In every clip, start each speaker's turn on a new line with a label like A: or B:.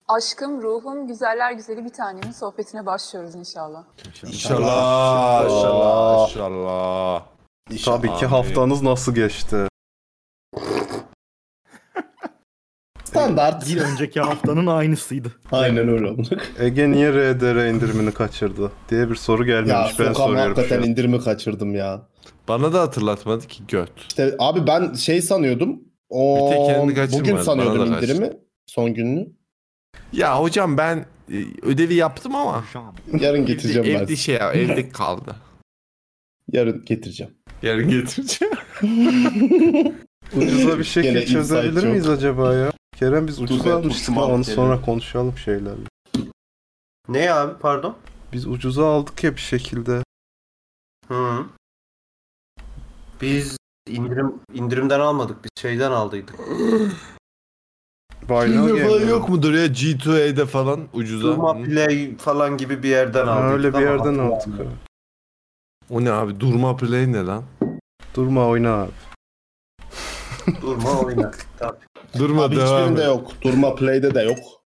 A: Aşkım, ruhum, güzeller güzeli bir tanemin sohbetine başlıyoruz inşallah.
B: İnşallah.
C: Tabii ki haftanız nasıl geçti?
D: Standart.
E: Bir önceki haftanın aynısıydı.
D: Aynen öyle oldu.
C: Ege niye RDR indirimini kaçırdı diye bir soru
D: Ya
C: gelmemiş. Ben
D: Sokam
C: soruyorum şu
D: hakikaten
C: an.
D: indirimi kaçırdım ya.
B: Bana da hatırlatmadı ki göt.
D: İşte abi ben şey sanıyordum.
B: Bir tek kendi kaçırmadı,
D: Bugün sanıyordum
B: bana da
D: indirimi. Son gününü.
B: Ya hocam ben ödevi yaptım ama
D: Yarın getireceğim ben.
B: Evde kaldı.
D: Yarın getireceğim.
B: Yarın getireceğim.
C: Ucuza bir şekil
D: Gene
C: çözebilir
D: insight
C: miyiz
D: yok.
C: acaba ya? Kerem biz ucuz
F: ben
C: almıştık
F: tuşumu
C: ama onu
F: alıp
C: sonra
F: geliyorum.
C: konuşalım şeylerle.
F: Ne abi pardon?
C: Biz ucuza aldık ya bir şekilde.
F: Hı. Biz indirimden almadık. Biz şeyden aldıydık.
C: Bayrağı
B: Şeyde falan
C: geldi.
B: yok mudur ya G2A'de falan ucuza?
F: Durma
B: Hı?
F: Play falan gibi bir yerden
C: Ha,
F: aldık.
C: öyle bir yerden aldık. Ha.
B: O ne abi? Durma play ne lan?
C: Durma oyna abi.
F: Durma oyna. Tabii.
B: Durma
D: Abi
B: devam
D: hiçbirinde
B: et.
D: yok. Durma Play'de de yok.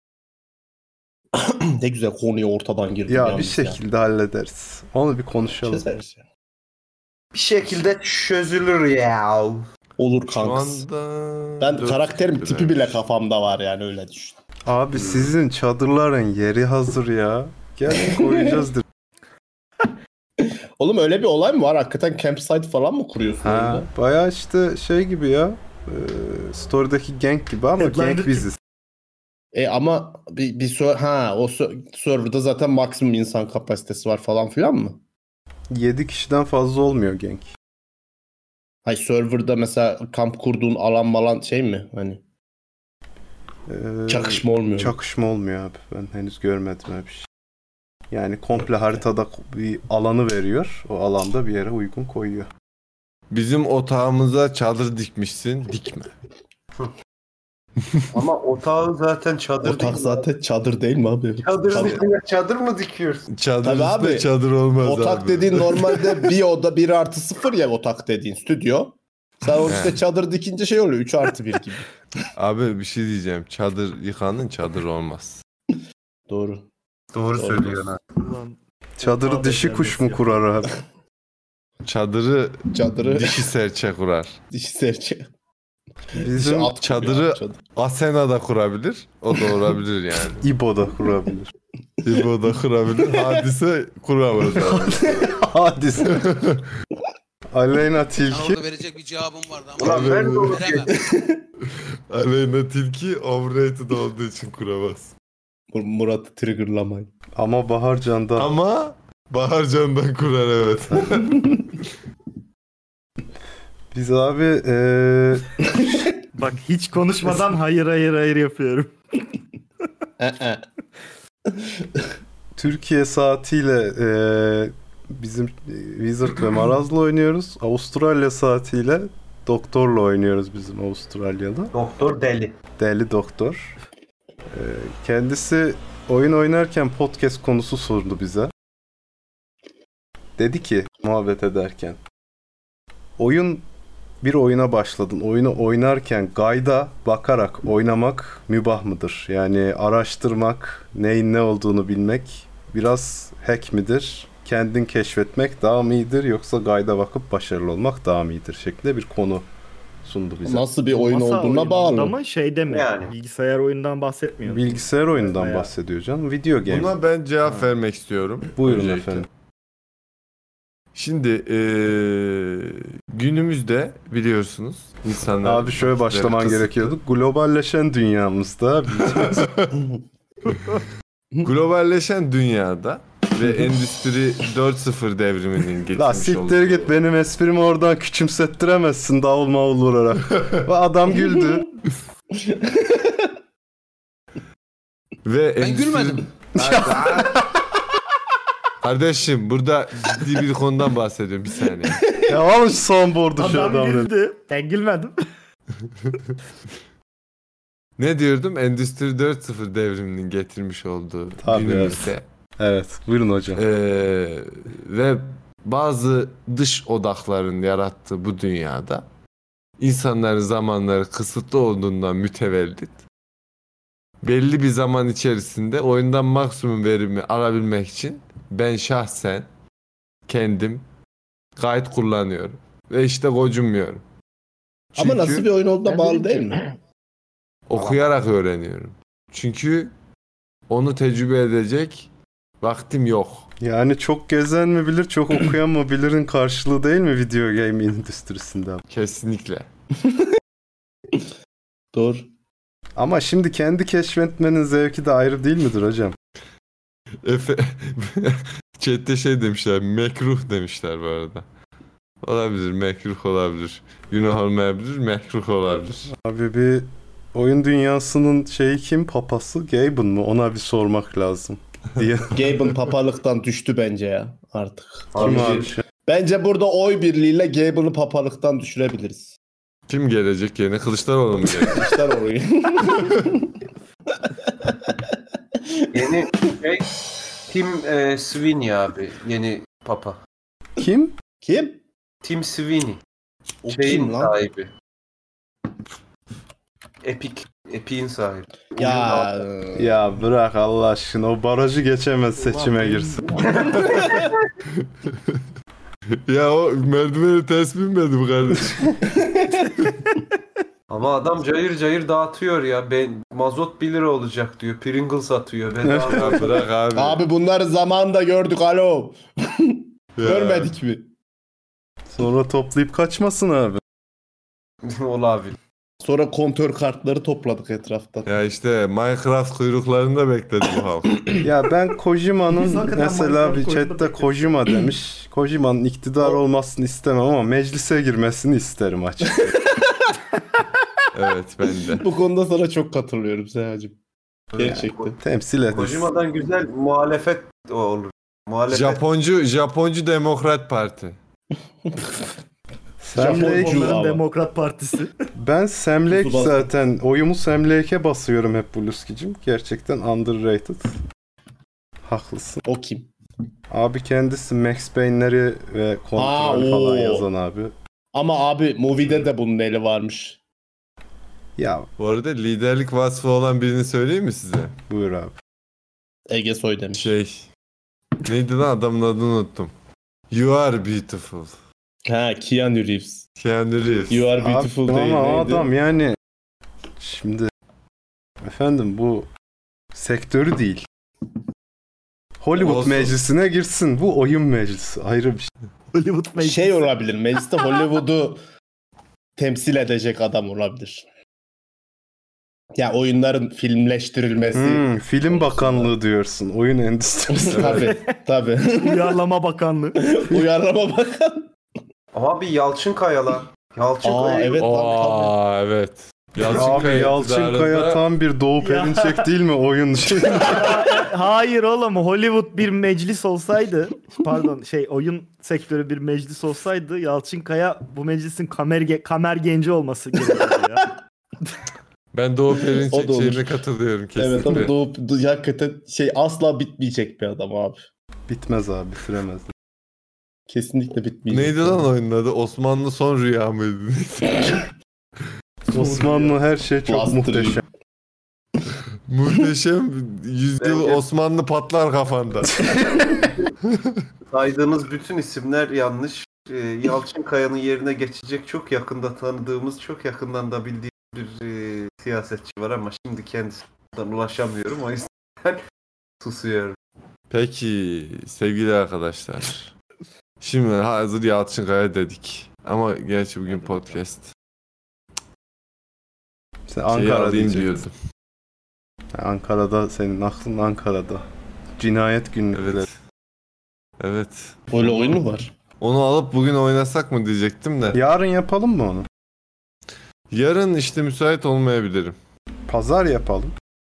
D: Ne güzel konuya ortadan girdim.
C: Ya bir
D: yalnız
C: şekilde hallederiz. Onu bir konuşalım.
D: Çözeriz ya.
F: Bir şekilde çözülür ya.
D: Olur
B: Şu
D: kanks.
B: anda...
D: Ben
B: 4
D: karakterim
B: liraymış.
D: tipi bile kafamda var yani öyle düşün.
C: Abi sizin çadırların yeri hazır ya. Gel koyacağız.
D: Oğlum öyle bir olay mı var? Hakikaten campsite falan mı kuruyorsun
C: Ha,
D: orada?
C: bayağı işte şey gibi ya. Story'deki gang gibi ama
E: Headliner
C: gang
E: gibi.
C: biziz.
D: Ama o serverda zaten maksimum insan kapasitesi var falan filan mı?
C: 7 kişiden fazla olmuyor gang.
D: Hayır serverda mesela kamp kurduğun alan malan şey mi? Hani çakışma olmuyor.
C: Çakışma olmuyor abi. Ben henüz görmedim öyle bir şey. Yani komple haritada bir alanı veriyor. O alanda bir yere uygun koyuyor.
B: Bizim otağımıza çadır dikmişsin. Dikme.
F: Ama otağı zaten çadır
D: Otak
F: değil.
D: zaten çadır değil mi abi?
F: Çadır mı dikiyorsun?
B: Çadır
D: Tabii
B: üstünde
D: abi.
B: çadır olmaz
D: Otak
B: abi.
D: dediğin normalde bir oda 1+0 ya otak dediğin stüdyo. Sen o işte
B: He.
D: çadır dikince şey oluyor 3+1 gibi.
B: Abi bir şey diyeceğim. Çadır yıkanın çadır olmaz.
D: Doğru.
F: Doğru söylüyorsun ha.
E: Ulan,
C: Çadırı
E: otağı
C: dişi kuş mu
E: becermesi
C: kurar abi?
B: Çadırı
D: Çadırı
B: dişi serçe kurar.
D: dişi serçe.
C: Bizim
D: At
B: çadırı-
D: kuruyor abi, çadır.
B: Asena da kurabilir. O da olabilir yani.
C: İbo da kurabilir.
B: İbo da kurabilir. Hadise kuramaz abi.
C: Hadise. Aleyna
G: Ya
C: Tilki.
G: orada verecek bir cevabım vardı ama
F: Ulan ben de onu
G: veremem.
B: Aleyna Tilki overrated olduğu için kuramaz.
D: Murat'ı triggerlamayın.
C: Ama Baharcan'da
B: Ama Baharcan'dan kurar evet.
C: biz abi
E: Bak hiç konuşmadan hayır yapıyorum.
C: Türkiye saatiyle bizim Wizard ve Maraz'la oynuyoruz. Avustralya saatiyle Doktor'la oynuyoruz bizim Avustralya'da.
F: Doktor deli.
C: Deli Doktor. Kendisi oyun oynarken podcast konusu sordu bize. Dedi ki muhabbet ederken bir oyuna başladın. Oyunu oynarken guide'a bakarak oynamak mübah mıdır? Yani araştırmak, neyin ne olduğunu bilmek biraz hack midir? Kendin keşfetmek daha mı iyidir yoksa guide'a bakıp başarılı olmak daha mı iyidir? Şeklinde bir konu sundu bize.
D: Nasıl bir oyun
E: Masa
D: olduğuna
E: oyununda
D: bağlı.
E: mı şeyde mi?
F: Yani.
E: Bilgisayar oyundan bahsetmiyor.
C: Bilgisayar oyundan
E: Bayağı.
C: bahsediyor canım. Video game.
B: Buna ben cevap vermek istiyorum.
C: Buyurun
B: Öncelikle.
C: efendim.
B: Şimdi günümüzde biliyorsunuz insanlar...
C: Abi şöyle başlaman
B: kısıtlı.
C: gerekiyordu. Globalleşen dünyamızda
B: Globalleşen dünyada ve Endüstri 4.0 devriminin getirmiş
C: la siktir
B: olduğu-
C: git benim esprimi oradan küçümsettiremezsin davul mavul vurarak. Ve adam güldü.
B: Ve
G: Ben gülmedim.
B: Kardeşim burada ciddi bir konudan bahsediyorum bir saniye.
C: Ya alın şu soundboard'u şu
E: Adam
C: adamları.
E: güldü. Ben gülmedim.
B: Ne diyordum? Endüstri 4.0 devriminin getirmiş olduğu
C: Tabii,
B: günümüzde.
C: Evet buyurun hocam.
B: Ve bazı dış odakların yarattığı bu dünyada insanların zamanları kısıtlı olduğundan mütevellit belli bir zaman içerisinde oyundan maksimum verimi alabilmek için ben şahsen kendim kayıt kullanıyorum. Ve işte gocunmuyorum.
D: Ama
B: Çünkü
D: nasıl bir oyun olduğuna
F: Ben
D: bağlı
F: dedim
D: değil
F: ki-
D: mi?
B: okuyarak öğreniyorum. Çünkü onu tecrübe edecek vaktim yok.
C: Yani çok gezen mi bilir, çok okuyan mı bilirin karşılığı değil mi video game endüstrisinde?
B: Kesinlikle.
D: Doğru.
C: Ama şimdi kendi keşfetmenin zevki de ayrı değil midir hocam?
B: Efe chat'te şey demişler, mekruh demişler bu arada. Olabilir, mekruh olabilir. Günah olmayabilir, mekruh olabilir.
C: Abi bir oyun dünyasının şeyi kim? Papası Gaben mı? Ona bir sormak lazım diye.
D: Gaben papalıktan düştü bence ya artık.
C: Kim
F: Abi,
C: abi?
D: Bence burada oy birliğiyle Gaben'ı papalıktan düşürebiliriz.
B: Kim gelecek yerine? Kılıçdaroğlu mu gelecek?
D: İşler orayı.
F: Yeni şey Tim Sweeney abi. Yeni papa.
C: Kim?
D: Kim?
F: Tim Sweeney.
D: O
F: Şeyin
D: kim lan?
F: sahibi. Epic'in sahibi.
D: Ya
C: Ya bırak Allah aşkına, o barajı geçemez seçime girsin.
B: Ya o merdiveni ters binmedi bu kardeşim.
F: Ama adam cayır cayır dağıtıyor ya. Ben mazot 1 lira olacak diyor. Pringles atıyor. Bedava.
B: Ya bırak abi.
D: abi bunları zamanında gördük alo.
B: Ya.
D: Görmedik mi?
C: Sonra toplayıp kaçmasın abi.
F: Olabilir.
D: Sonra kontör kartları topladık etraftan.
B: Ya işte Minecraft kuyruklarında bekledi bu halk.
C: Ya ben Kojima'nın
E: Biz hakikaten
C: mesela
E: Minecraft
C: bir chatte
E: oyunda
C: Kojima demiş. Kojima'nın iktidar olmasını istemem ama meclise girmesini isterim açıkçası.
B: Evet ben de.
D: Bu konuda sana çok katılıyorum Sehacığım. Gerçekten.
C: Temsil edilsin.
F: Kojima'dan güzel muhalefet olur. Muhalefet.
B: Japoncu Demokrat Parti.
C: Sam
D: Japon
C: Lake,
D: oyunu.
E: Onların
D: ama.
E: Demokrat Partisi.
C: ben Sam Lake
D: Tsubasa.
C: zaten oyumu Sam Lake'e basıyorum hep Buluski'cim. Gerçekten underrated. Haklısın.
D: O kim?
C: Abi kendisi Max Payne'leri ve kontrol falan
D: oo.
C: yazan abi.
D: Ama abi movie'de de bunun eli varmış.
C: Ya
B: Bu arada liderlik vasfı olan birini söyleyeyim mi size?
C: buyur abi.
D: Ege Soy demiş.
B: Neydi lan adamın adını unuttum. You are beautiful.
D: Ha Keanu Reeves.
B: Keanu Reeves.
D: You are beautiful
C: Abi,
D: değil
C: ama o
D: neydi?
C: adam yani şimdi efendim bu sektörü değil. Hollywood
B: Olsun.
C: meclisine girsin. Bu oyun meclisi. Ayrı bir şey.
E: Hollywood Meclisi.
D: Şey olabilir. Mecliste Hollywood'u temsil edecek adam olabilir. Ya oyunların filmleştirilmesi.
C: Film bakanlığı diyorsun. Oyun endüstrisi.
D: Tabii.
E: Uyarlama Bakanlığı.
D: Uyarlama bakan.
F: Abi Yalçın Kaya lan. Yalçın
D: Aa,
F: Kaya.
D: evet.
B: Aa evet.
C: Abi Yalçın Kaya
B: iktidarında-
C: tam bir Doğu Perinçek değil mi oyun şey?
E: Hayır oğlum, Hollywood bir meclis olsaydı, pardon oyun sektörü bir meclis olsaydı Yalçın Kaya bu meclisin kamer genci olması gerekiyordu ya.
B: Ben Doğu
D: O da
B: Perinçek
D: olur.
B: şeyine katılıyorum kesinlikle.
D: Evet ama hakikaten asla bitmeyecek bir adam abi.
C: Bitmez abi, bitiremez.
D: Kesinlikle bitmeyecek.
B: Neydi lan oyunun adı? Osmanlı son rüya mıydı?
C: Osmanlı her şey çok
D: Bastırıcı.
C: muhteşem.
B: Muhteşem yüzyıl
F: Bence-
B: Osmanlı patlar kafanda.
F: Saydığınız bütün isimler yanlış. Yalçın Kaya'nın yerine geçecek çok yakında tanıdığımız, çok yakından da bildiğimiz bir siyasetçi var ama şimdi kendisinden ulaşamıyorum. O yüzden susuyorum.
B: Peki sevgili arkadaşlar. Şimdi hazır Yalçın Kaya dedik. Ama gerçi bugün podcast.
C: Sen
B: Şeyi
C: Ankara
B: alayım
C: diyecektin.
B: diyordum.
C: Ankara'da, senin aklın Ankara'da. Cinayet günlükleri.
B: Evet. Evet.
D: Öyle oyun mu var?
B: Onu alıp bugün oynasak mı diyecektim de.
C: Yarın yapalım mı onu?
B: Yarın işte müsait olmayabilirim.
C: Pazar yapalım.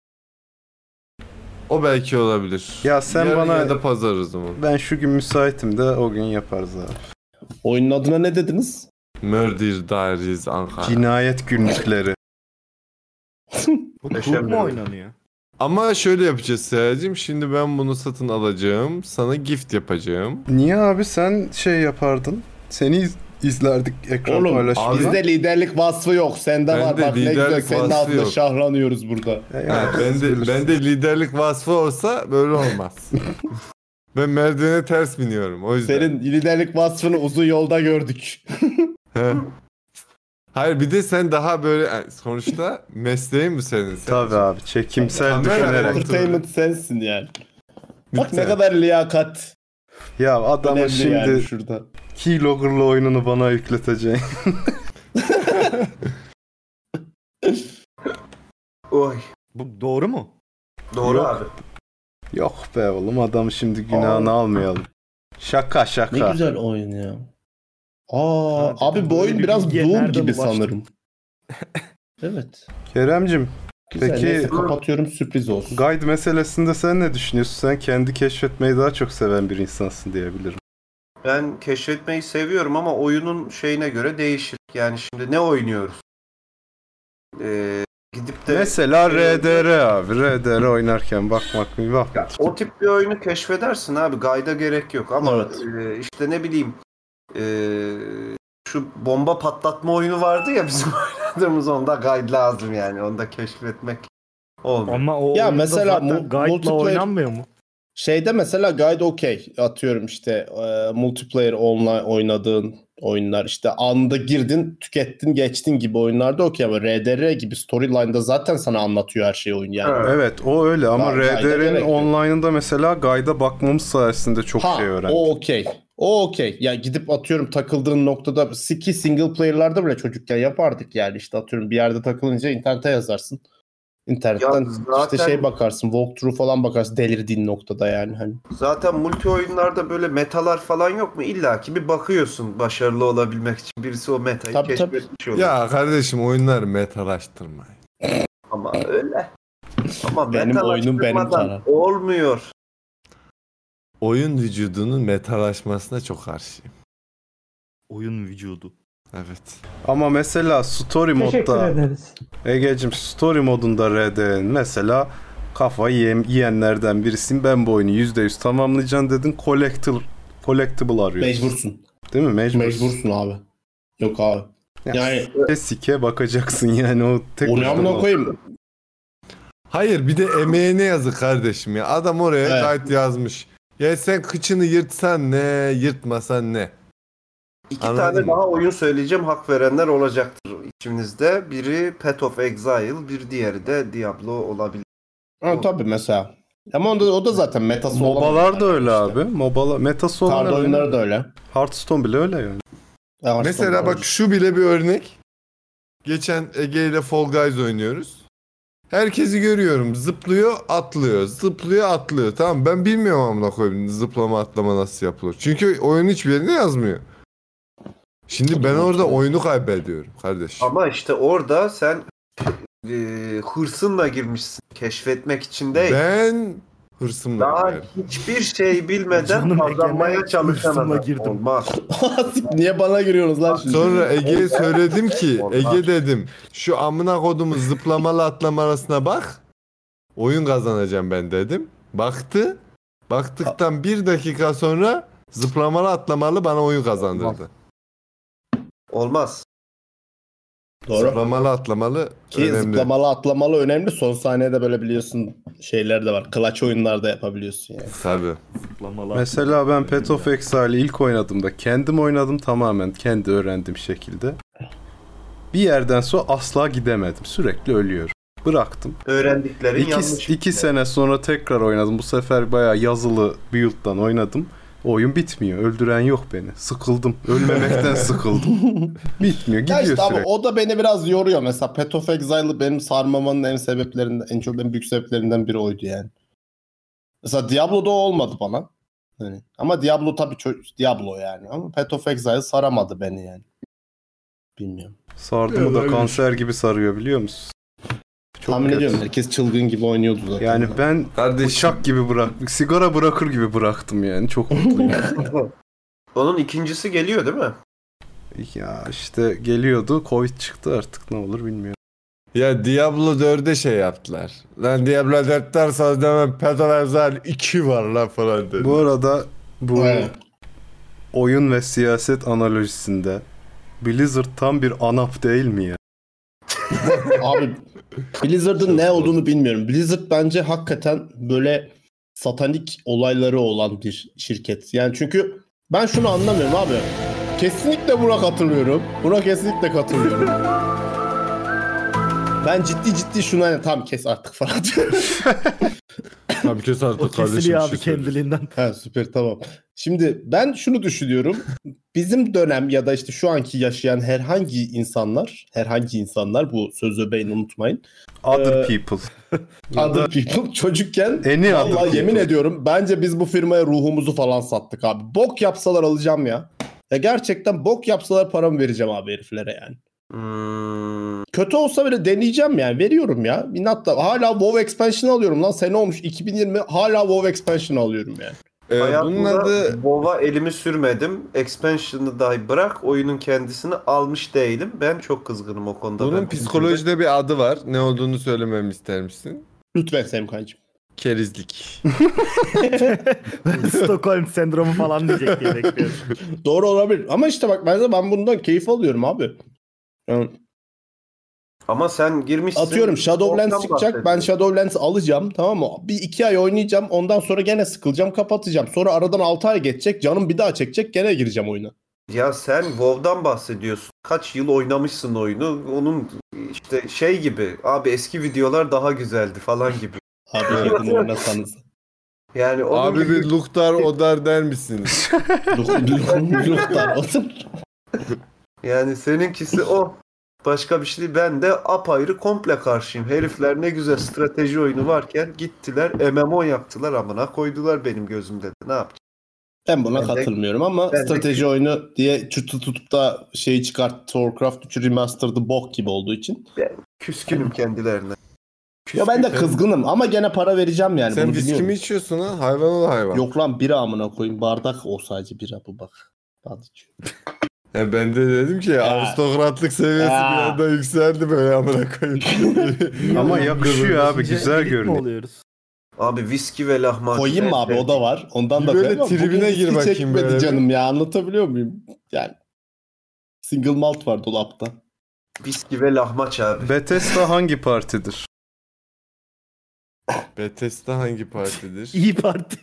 B: O belki olabilir.
C: Ya sen
B: Yarın
C: bana-
B: ya da pazar o zaman.
C: Ben şu gün müsaitim de o gün yaparız abi.
D: Oyunun adına ne dediniz?
B: Murder Diaries Ankara.
C: Cinayet günlükleri.
E: Bu
F: Teşekkür
E: tur mu
F: ederim.
E: oynanıyor?
B: Ama şöyle yapacağız Seracığım. Şimdi ben bunu satın alacağım. Sana gift yapacağım.
C: Niye abi sen şey yapardın? Seni izlerdik ekran
D: Oğlum
C: paylaşımını.
D: bizde liderlik vasfı yok. Sende
B: Bende
D: var bak ne güzel
B: liderlik
D: senin
B: vasfı
D: adına
B: yok.
D: şahlanıyoruz burada.
B: Ha, bende liderlik vasfı olsa böyle olmaz. Ben merdivene ters biniyorum o yüzden.
D: Senin liderlik vasfını uzun yolda gördük.
B: He. Hayır bir de sen daha böyle yani sonuçta mesleğin bu senin. Sen
C: Tabii abi çekimsel
B: Kamera
C: düşünerek.
D: Entertainment sensin yani. Bak
B: Lütfen.
D: ne kadar liyakat.
C: Ya adamın
D: Önemli
C: şimdi
D: yani şurada.
C: Keylogger'lı oyununu bana yükleteceksin.
F: Oy.
E: Bu doğru mu?
F: Doğru
C: Yok.
F: abi.
C: Yok be oğlum adam şimdi günahını almayalım. Şaka
D: Ne
C: şaka.
D: güzel oyun ya.
E: Ha,
D: Abi bu oyun
E: böyle bir
D: biraz
E: bilgiye
D: Doom
E: nereden
D: gibi
E: ulaştın?
D: sanırım. Evet.
C: Keremcim,
D: Güzel.
C: Peki-
D: Neyse kapatıyorum sürpriz olsun.
C: guide meselesinde sen ne düşünüyorsun? Sen kendi keşfetmeyi daha çok seven bir insansın diyebilirim.
F: Ben keşfetmeyi seviyorum ama oyunun şeyine göre değişir. Yani şimdi ne oynuyoruz? Gidip de
C: Mesela RDR abi. RDR oynarken bakmak mı bak.
F: o tip bir oyunu keşfedersin abi. Guide'a gerek yok ama
D: Evet.
F: işte ne bileyim şu bomba patlatma oyunu vardı ya bizim oynadığımız, onda guide lazım yani. Onu da keşfetmek olmuyor.
E: Ama o
D: Ya
E: oyunda
D: mesela
E: zaten guide'la
D: multiplayer-
E: oynanmıyor mu?
D: Şeyde mesela Guide okey. Atıyorum işte multiplayer online oynadığın oyunlar işte anda girdin, tükettin, geçtin gibi oyunlarda okey ama RDR gibi storyline'da zaten sana anlatıyor her şeyi oyun yani.
F: Evet.
C: Evet o öyle ama
D: Guide'a
C: RDR'nin
D: gerek yok.
C: online'ında mesela guide'a bakmamız sayesinde çok
D: Ha,
C: şey öğrendik.
D: o okey. O okey. Ya gidip atıyorum takıldığın noktada ki single player'larda bile çocukken yapardık yani işte atıyorum bir yerde takılınca internete yazarsın. İnternetten
F: Ya zaten-
D: işte şey bakarsın, walkthrough falan bakarsın delirdiğin noktada yani hani.
F: Zaten multi oyunlarda böyle metalar falan yok mu? İlla ki bir bakıyorsun başarılı olabilmek için. Birisi o metayı
D: Tabii,
F: keşfetmiş oluyor.
B: Ya kardeşim oyunları metalaştırmayın.
F: Ama öyle. Ama
D: Benim oyunum benim
F: metalaştırmadan
D: karar.
F: olmuyor.
B: Oyun vücudunun metalaşmasına çok karşıyım.
E: Oyun vücudu.
B: Evet.
C: Ama mesela story
G: Teşekkür
C: modda
G: ederiz.
C: Ege'cim story modunda RDR'nin mesela kafayı yiyenlerden birisiyim. Ben bu oyunu %100 tamamlayacağım dedin. Collectible arıyorsun.
D: Mecbursun.
C: Değil mi?
D: Mecbursun abi. Yok abi. Yani
C: Sike bakacaksın yani o tek
D: onu amına
C: başına.
D: koyayım.
B: Hayır bir de emeğine yazık kardeşim ya. Adam oraya
D: Evet.
B: gayet yazmış. Ya sen kıçını yırtsan ne, yırtmasan ne?
F: İki
B: Anladın
F: tane
B: mı?
F: daha oyun söyleyeceğim, hak verenler olacaktır içimizde. Biri Path of Exile, bir diğeri de Diablo olabilir.
D: Ha, tabii mesela. Ama o da zaten metası olan
C: MOBA'lar da
D: oyunlar
C: öyle
D: işte.
C: abi. MOBA'lar metası olan
D: Kart
C: öyle.
D: oyunları da öyle.
C: Hearthstone bile öyle yani.
B: Mesela bak şu bile bir örnek. Geçen Ege ile Fall Guys oynuyoruz. Herkesi görüyorum. Zıplıyor, atlıyor. Zıplıyor, atlıyor. Tamam ben bilmiyorum amına koyayım zıplama atlama nasıl yapılır. Çünkü oyun hiçbir yerinde yazmıyor. Şimdi ben orada oyunu kaybediyorum kardeş.
F: Ama işte orada sen hırsınla girmişsin. Keşfetmek için değil.
B: Ben hırsımla
F: Daha
B: girerim.
F: hiçbir şey bilmeden
E: Canım
F: kazanmaya
E: Egemen,
F: çalışan
E: hırsımla
F: adam.
E: girdim.
F: Olmaz.
D: Niye bana giriyorsunuz lan şimdi?
B: Sonra Ege'ye söyledim ki
F: Olmaz.
B: Ege dedim şu amına kodumu zıplamalı atlama arasına bak. Oyun kazanacağım ben dedim. Baktı. Baktıktan 1 dakika sonra zıplamalı atlamalı bana oyun kazandırdı.
F: Olmaz.
D: Doğru.
B: Zıplamalı atlamalı
D: Ki
B: önemli.
D: zıplamalı atlamalı önemli. Son saniyede böyle biliyorsun şeyler de var. Clutch oyunlarda yapabiliyorsun yani.
B: Tabii.
E: Zıplamalar.
C: Mesela ben Path of Exile'i ilk oynadığımda kendim oynadım tamamen kendi öğrendiğim şekilde. Bir yerden sonra asla gidemedim. Sürekli ölüyorum. Bıraktım.
F: Öğrendiklerin yanlış.
C: İki sene sonra tekrar oynadım. Bu sefer bayağı yazılı build'dan oynadım. Oyun bitmiyor. Öldüren yok beni. Sıkıldım. Ölmemekten sıkıldım. Bitmiyor.
D: Ya
C: Gidiyor
D: işte ama
C: sürekli.
D: o da beni biraz yoruyor. Mesela Path of Exile'ı benim sarmamanın en büyük sebeplerinden biri oydu yani. Mesela Diablo'da o olmadı bana. Yani. Ama Diablo tabii Diablo yani. Ama Path of Exile saramadı beni yani. Bilmiyorum.
C: Sardı mı da kanser gibi sarıyor biliyor musun? Çok
D: Tahmin
C: kötü.
D: ediyorum herkes çılgın gibi oynuyordu zaten.
C: Yani ben
B: Kardeşim
C: bıçak gibi sigara bırakır gibi bıraktım yani. Çok mutluyum.
F: Onun ikincisi geliyor değil mi?
C: Ya işte geliyordu. Covid çıktı artık ne olur bilmiyorum.
B: ya Diablo 4'e şey yaptılar. Lan Diablo 4'ten sonra demem Path of Exile 2 var lan falan dedi.
C: Bu arada bu
D: Evet.
C: oyun ve siyaset analojisinde Blizzard tam bir ANAP değil mi ya?
D: Abi Blizzard'ın ne olduğunu bilmiyorum. Blizzard bence hakikaten böyle satanik olayları olan bir şirket. Yani çünkü ben şunu anlamıyorum abi. Kesinlikle buna katılıyorum. Buna kesinlikle katılıyorum. Ben ciddi şuna hani tam kes artık falan diyorum.
B: Abi kes
E: O
B: artık kardeşim.
E: kesiliyor
B: bir
E: abi
B: şey söyle.
E: kendiliğinden.
D: Ha süper tamam. Şimdi ben şunu düşünüyorum. Bizim dönem ya da işte şu anki yaşayan herhangi insanlar bu sözü öbeğini unutmayın.
C: Other people.
D: Other people çocukken
C: Any other
D: vallahi
C: people.
D: yemin ediyorum bence biz bu firmaya ruhumuzu falan sattık abi. Bok yapsalar alacağım ya. Ya gerçekten bok yapsalar paramı vereceğim abi heriflere yani. Kötü olsa bile deneyeceğim yani. Veriyorum ya. İnatla. Hala WoW Expansion alıyorum lan. Sene olmuş 2020 hala WoW Expansion alıyorum yani.
B: Bunun
F: Hayatımda
B: adı
F: WoW'a elimi sürmedim. Expansion'ı dahi bırak, oyunun kendisini almış değilim. Ben çok kızgınım o konuda.
B: bunun
F: Ben
B: psikolojide bir adı var. Ne olduğunu söylememi ister misin?
D: Lütfen Semkancığım.
B: Kerizlik.
E: Stockholm sendromu falan diyecek diye bekliyorum.
D: Doğru olabilir. Ama işte bak ben bundan keyif alıyorum abi. Yani
F: Ama sen girmişsin.
D: atıyorum Shadowlands
F: WoW'dan
D: çıkacak. Ben
F: bahsediyorsun.
D: Shadowlands alacağım, tamam mı? Bir 2 ay oynayacağım. Ondan sonra gene sıkılacağım, kapatacağım. Sonra aradan 6 ay geçecek. Canım bir daha çekecek. Gene gireceğim oyuna.
F: Ya sen WoW'dan bahsediyorsun. Kaç yıl oynamışsın oyunu. Onun işte şey gibi. Abi eski videolar daha güzeldi falan gibi.
D: Abi yakın oynasanız.
F: Yani onun
B: Abi
F: gibi
B: bir Luhtar Odar der misiniz?
D: Luhtar olsun.
F: yani seninkisi o. Başka bir şey değil. Ben de apayrı komple karşıyım. Herifler ne güzel strateji oyunu varken gittiler MMO yaptılar, amına koydular benim gözümde de. Ne yapacağım?
D: Ben buna
F: Ben de-
D: katılmıyorum ama
F: ben de-
D: strateji oyunu diye tutup da şeyi çıkarttı. Warcraft 3 Remastered'ı bok gibi olduğu için.
F: Küskünüm kendilerine.
D: Ya ben de kızgınım ama gene para vereceğim yani.
B: Sen
D: bunu
B: viski
D: biliyorum.
B: mi içiyorsun ha? Hayvan ol hayvan.
D: Yok lan bira amına koyayım. Bardak o sadece bira bu bak. Hadi içiyorum.
B: Ben de dedim ki aristokratlık seviyesi bir anda yükseldi böyle amına koyayım.
C: Ama yakışıyor abi,
E: Beşinci
C: güzel
E: elit mi
C: görünüyor.
E: oluyoruz?
F: Abi viski ve lahmacun.
D: Koyayım mı abi o da var. Ondan da
B: Böyle
D: koyayım ama
B: tribine
D: bugün
B: gir
D: viski
B: bakayım
D: çekmedi
B: böyle.
D: canım ya, anlatabiliyor muyum? Yani single malt var dolapta.
F: Viski ve lahmaç abi.
C: Bethesda hangi partidir?
B: Bethesda hangi partidir?
E: İyi Parti.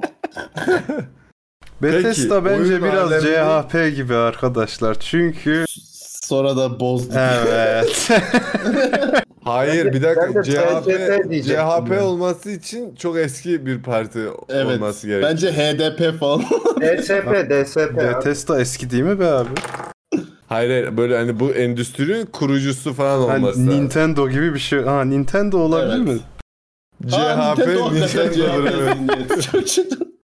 C: Bethesda bence
B: oyun
C: biraz
B: aleminde-
C: CHP gibi arkadaşlar. Çünkü
D: Sonra da bozdu.
C: evet.
B: Hayır bir
F: Ben
B: dakika
F: de TCP
B: CHP
F: diyecektim ben.
B: olması için çok eski bir parti
D: Evet.
B: olması gerekiyor.
D: Bence HDP falan.
F: DSP abi.
C: Bethesda eski değil mi be abi?
B: Hayır böyle hani bu endüstrinin kurucusu falan
C: Hani
B: olması lazım.
C: Nintendo gibi bir şey. Ha, Nintendo olabilir
D: Evet.
C: mi?
B: CHP Nintendo'dur evet.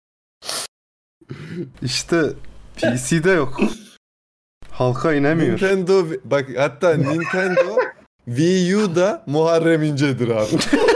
C: İşte PC'de yok. Halka inemiyor.
B: Nintendo bak hatta Nintendo Wii U'da Muharrem İnce'dir abi.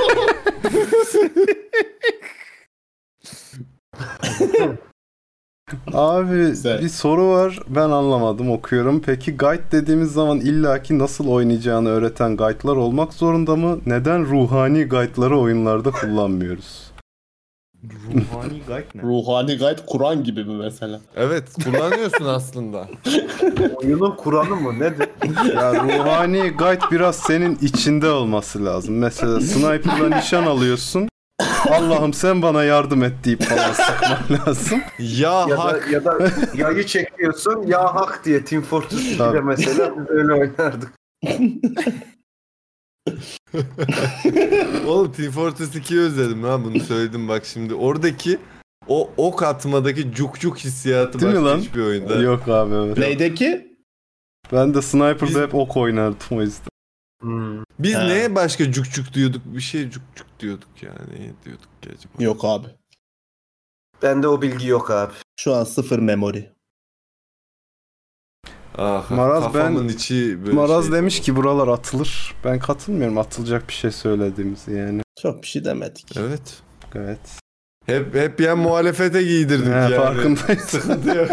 C: Abi
D: Güzel.
C: bir soru var, ben anlamadım, okuyorum. Peki guide dediğimiz zaman illaki nasıl oynayacağını öğreten guide'lar olmak zorunda mı? Neden ruhani guide'ları oyunlarda kullanmıyoruz?
E: Ruhani guide ne?
D: Ruhani gayet Kur'an gibi mi mesela?
B: Evet kullanıyorsun aslında.
F: Oyunun kuralı mı nedir?
C: Ya ruhani guide biraz senin içinde olması lazım. Mesela sniper'la nişan alıyorsun. Allah'ım sen bana yardım et deyip falan sıkman lazım.
B: Ya
F: Ya
B: hak.
F: da, ya da yayı çekiyorsun ya hak diye Team Fortress 2'de
C: Tabii.
F: mesela biz öyle oynardık.
B: Oğlum Team Fortress 2'yi özledim lan bunu söyledim bak şimdi. Oradaki o ok atmadaki cuk hissiyatı
C: Değil mi
B: başka
C: lan?
B: hiçbir oyunda.
C: Yok abi evet.
D: Neydeki?
C: Ben de sniper'da
B: Biz-
C: hep ok oynardım o yüzden.
B: Biz
D: Ha.
B: neye başka cuk diyorduk? Bir şey cuk diyorduk yani. Ne diyorduk ki acaba?
D: Yok abi.
F: Bende o bilgi yok abi.
D: Şu an sıfır memori.
B: Ah,
C: Maraz
B: kafamın içi böyle
C: Maraz
B: şey
C: demiş
B: dolu.
C: ki buralar atılır. Ben katılmıyorum atılacak bir şey söylediğimizi yani.
D: Çok bir şey demedik.
B: Evet.
C: Evet.
B: Hep yani muhalefete giydirdik
C: He,
B: yani.
C: farkındayız.
B: Sıkıntı yok.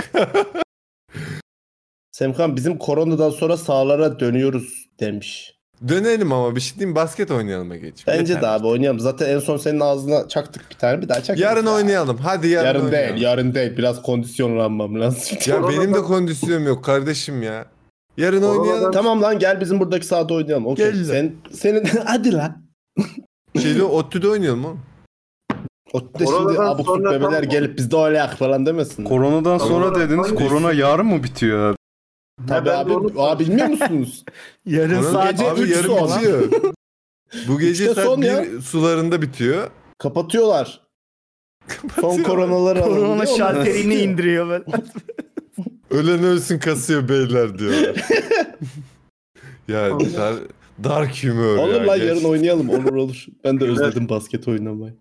D: Semkan bizim koronadan sonra sahalara dönüyoruz demiş.
B: Dönelim ama bir şey diyeyim basket oynayalım geçip.
D: Bence de abi oynayalım. Zaten en son senin ağzına çaktık bir tane. Bir daha çaktık.
B: Yarın
D: ya.
B: oynayalım. Hadi yarın
D: Yarın
B: oynayalım.
D: değil. Yarın değil. Biraz kondisyonlanmam lazım.
B: Ya benim de kondisyonum yok kardeşim ya. Yarın oynayalım.
D: Tamam lan gel bizim buradaki sahada oynayalım. Okey.
B: Gel lan.
D: Senin hadi lan.
B: Şeyde ODTÜ'de oynayalım oğlum.
D: O da şimdi
F: Oradan
D: abuk subuk
F: sonra
D: bebeler
F: tam-
D: gelip bizde öyle yak falan demesin.
C: Koronadan sonra
F: Tamam.
C: dediniz.
F: Hangi-
C: Korona yarın mı bitiyor abi?
D: Tabii
F: Ben de
D: abi.
F: onu-
D: Bilmiyor musunuz?
E: Yarın
B: Onun
E: sadece
B: abi
D: 3
B: yarın
D: sonra.
B: bitiyor. Bu gece
D: Üçte
B: saat
D: son ya.
B: 1 sularında bitiyor.
D: Kapatıyorlar. Son koronaları alalım
E: korona
D: diye onlar
E: şalterini
D: kasıyor.
E: indiriyor böyle.
B: Ölen ölsün kasıyor beyler diyorlar. Ya dark humor
D: Olur
B: ya.
D: lan
B: geç.
D: yarın oynayalım olur. Ben de özledim basket oynamayı.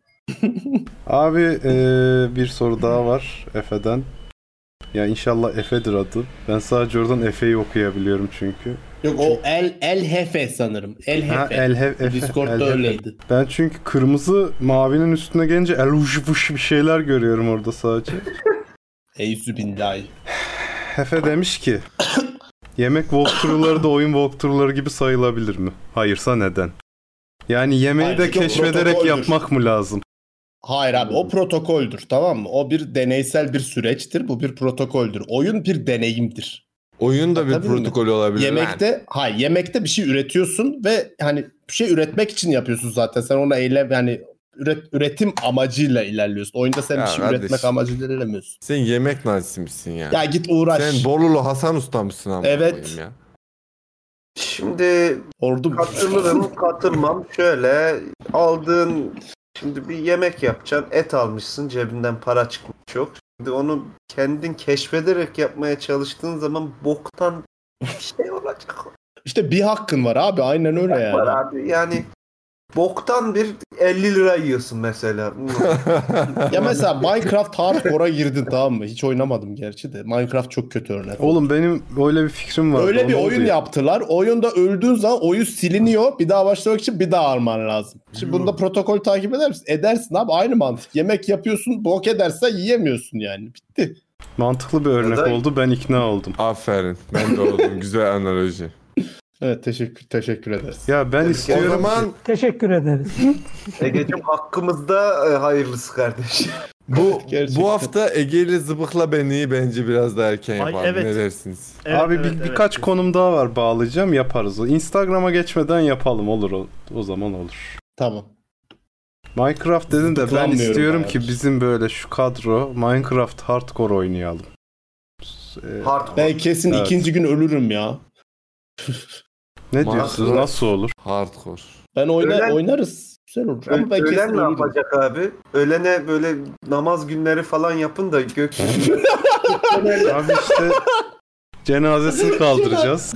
C: Abi bir soru daha var Efe'den. Ya inşallah Efe'dir adı. Ben sadece oradan Efe'yi okuyabiliyorum çünkü.
D: Yok o El Hefe sanırım. El
C: Ha,
D: Hefe.
C: Efe.
D: Discord'da
C: El Hefe.
D: öyleydi.
C: Ben çünkü kırmızı mavinin üstüne gelince el uş bir şeyler görüyorum orada sadece.
D: Eyyüzü billahi.
C: Efe demiş ki yemek walkthrough'ları da oyun walkthrough'ları gibi sayılabilir mi? Hayırsa neden? Yani yemeği
D: Hayır,
C: de
D: çünkü o
C: keşfederek
D: protokoldür.
C: yapmak mı lazım?
D: Hayır abi o protokoldür tamam mı? O bir deneysel bir süreçtir. Bu bir protokoldür. Oyun bir deneyimdir.
B: Oyun da bir
D: Tabii mi?
B: protokol olabilir.
D: Yemekte bir şey üretiyorsun ve hani bir şey üretmek için yapıyorsun zaten. Sen ona eylem yani üretim amacıyla ilerliyorsun. Oyunda sen
B: Ya
D: bir şey
B: kardeşim.
D: üretmek amacıyla ilerlemiyorsun.
B: Sen yemek nazisi misin ya?
D: Ya git uğraş.
B: Sen Bolulu Hasan Usta mısın ama?
D: Evet.
B: Ya?
F: Şimdi
D: Ordu
F: katılırım, katılmam. Şöyle aldığın şimdi bir yemek yapacaksın. Et almışsın, cebinden para çıkmış çok. Şimdi onu kendin keşfederek yapmaya çalıştığın zaman boktan bir şey olacak.
D: İşte bir hakkın var abi. Aynen öyle
F: Var
D: yani.
F: abi. Yani boktan bir 50 lira yiyorsun mesela.
D: Ya mesela Minecraft Hardcore'a girdin tamam mı? Hiç oynamadım gerçi de. Minecraft çok kötü örnek.
C: Oğlum benim öyle bir fikrim var.
D: Öyle bir oyun yaptılar. Oyunda öldüğün zaman oyun siliniyor. Bir daha başlamak için bir daha alman lazım. Şimdi bunda protokol takip eder misin? Edersin abi. Aynı mantık. Yemek yapıyorsun. Bok edersen yiyemiyorsun yani. Bitti.
C: Mantıklı bir örnek
F: Ya da-
C: oldu. Ben ikna oldum.
B: Aferin. Ben de oldum. Güzel analoji.
D: Evet teşekkür ederiz.
C: Ya ben
B: O
C: istiyorum
B: zaman
G: Teşekkür ederiz.
F: Ege'cim hakkımızda hayırlısı kardeş.
D: Gerçekten.
B: bu hafta Ege ile Zıbık'la Beni'yi bence biraz daha erken
E: Ay,
B: yapalım.
E: evet.
B: Ne dersiniz?
E: Evet,
C: abi
E: evet,
C: birkaç
E: evet.
C: konum daha var bağlayacağım yaparız. Instagram'a geçmeden yapalım olur o zaman olur.
D: Tamam.
C: Minecraft dedin de ben
D: Tıklanmıyorum
C: istiyorum
D: abi.
C: ki bizim böyle şu kadro Minecraft hardcore oynayalım.
F: Hardcore.
D: Ben kesin
C: Evet.
D: ikinci gün ölürüm ya.
C: Ne diyorsunuz?
F: Minecraft-
C: Nasıl olur?
B: Hardcore.
D: Ben
F: Ölen-
D: oynarız. Güzel olur. Ama ben kesin
F: Ölen ne
D: ölürüm.
F: yapacak abi? Ölene böyle namaz günleri falan yapın da gökyüzünde.
C: Abi işte cenazesini kaldıracağız.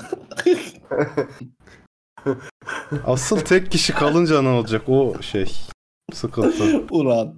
C: Asıl tek kişi kalınca ne olacak? O şey sıkıntı.
D: Ulan.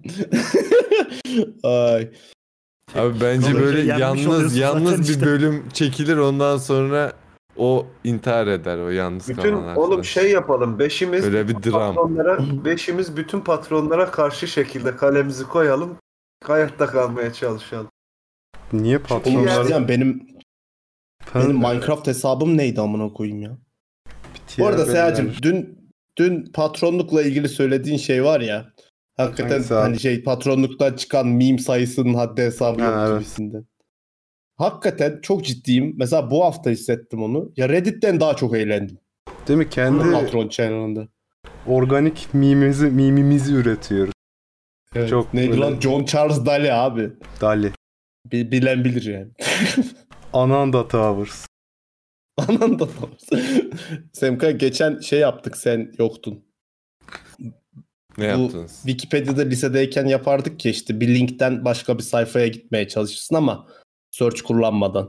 D: Ay.
B: Abi bence
E: Kalınca
B: böyle
E: yenmiş oluyorsun
B: yalnız
E: zaten
B: bir
E: işte.
B: bölüm çekilir ondan sonra o intihar eder o yalnız
F: Bütün
B: kalan arkadaş.
F: oğlum şey yapalım. Beşimiz
B: Öyle bir dram.
F: beşimiz bütün patronlara karşı şekilde kalemizi koyalım. Hayatta kalmaya çalışalım.
C: Niye
D: Oğlum
C: patronlar
D: diyeceğim, benim
C: Ben-
D: Minecraft hesabım neydi amına koyayım ya. Bu
C: bitiyor
D: arada
C: böyle
D: Seyacım
C: yani.
D: dün patronlukla ilgili söylediğin şey var ya. Hakikaten
C: Hangisi abi?
D: hani şey patronluktan çıkan meme sayısının haddi hesabı yok
C: Ha, evet.
D: gibisinden. Hakikaten çok ciddiyim. Mesela bu hafta hissettim onu. Ya Reddit'ten daha çok eğlendim.
C: Değil mi? Kendi
D: Patron channel'ında.
C: organik mimimizi üretiyoruz.
D: Evet.
C: Çok
D: Neydi
C: böyle-
D: lan? John Charles Daly abi.
C: Dali.
D: Bilen bilir yani.
C: Ananda Towers.
D: Anan da Semka geçen şey yaptık sen yoktun.
B: Ne
D: Bu
B: yaptınız?
D: Wikipedia'da lisedeyken yapardık ki işte bir linkten başka bir sayfaya gitmeye çalışırsın ama search kullanmadan.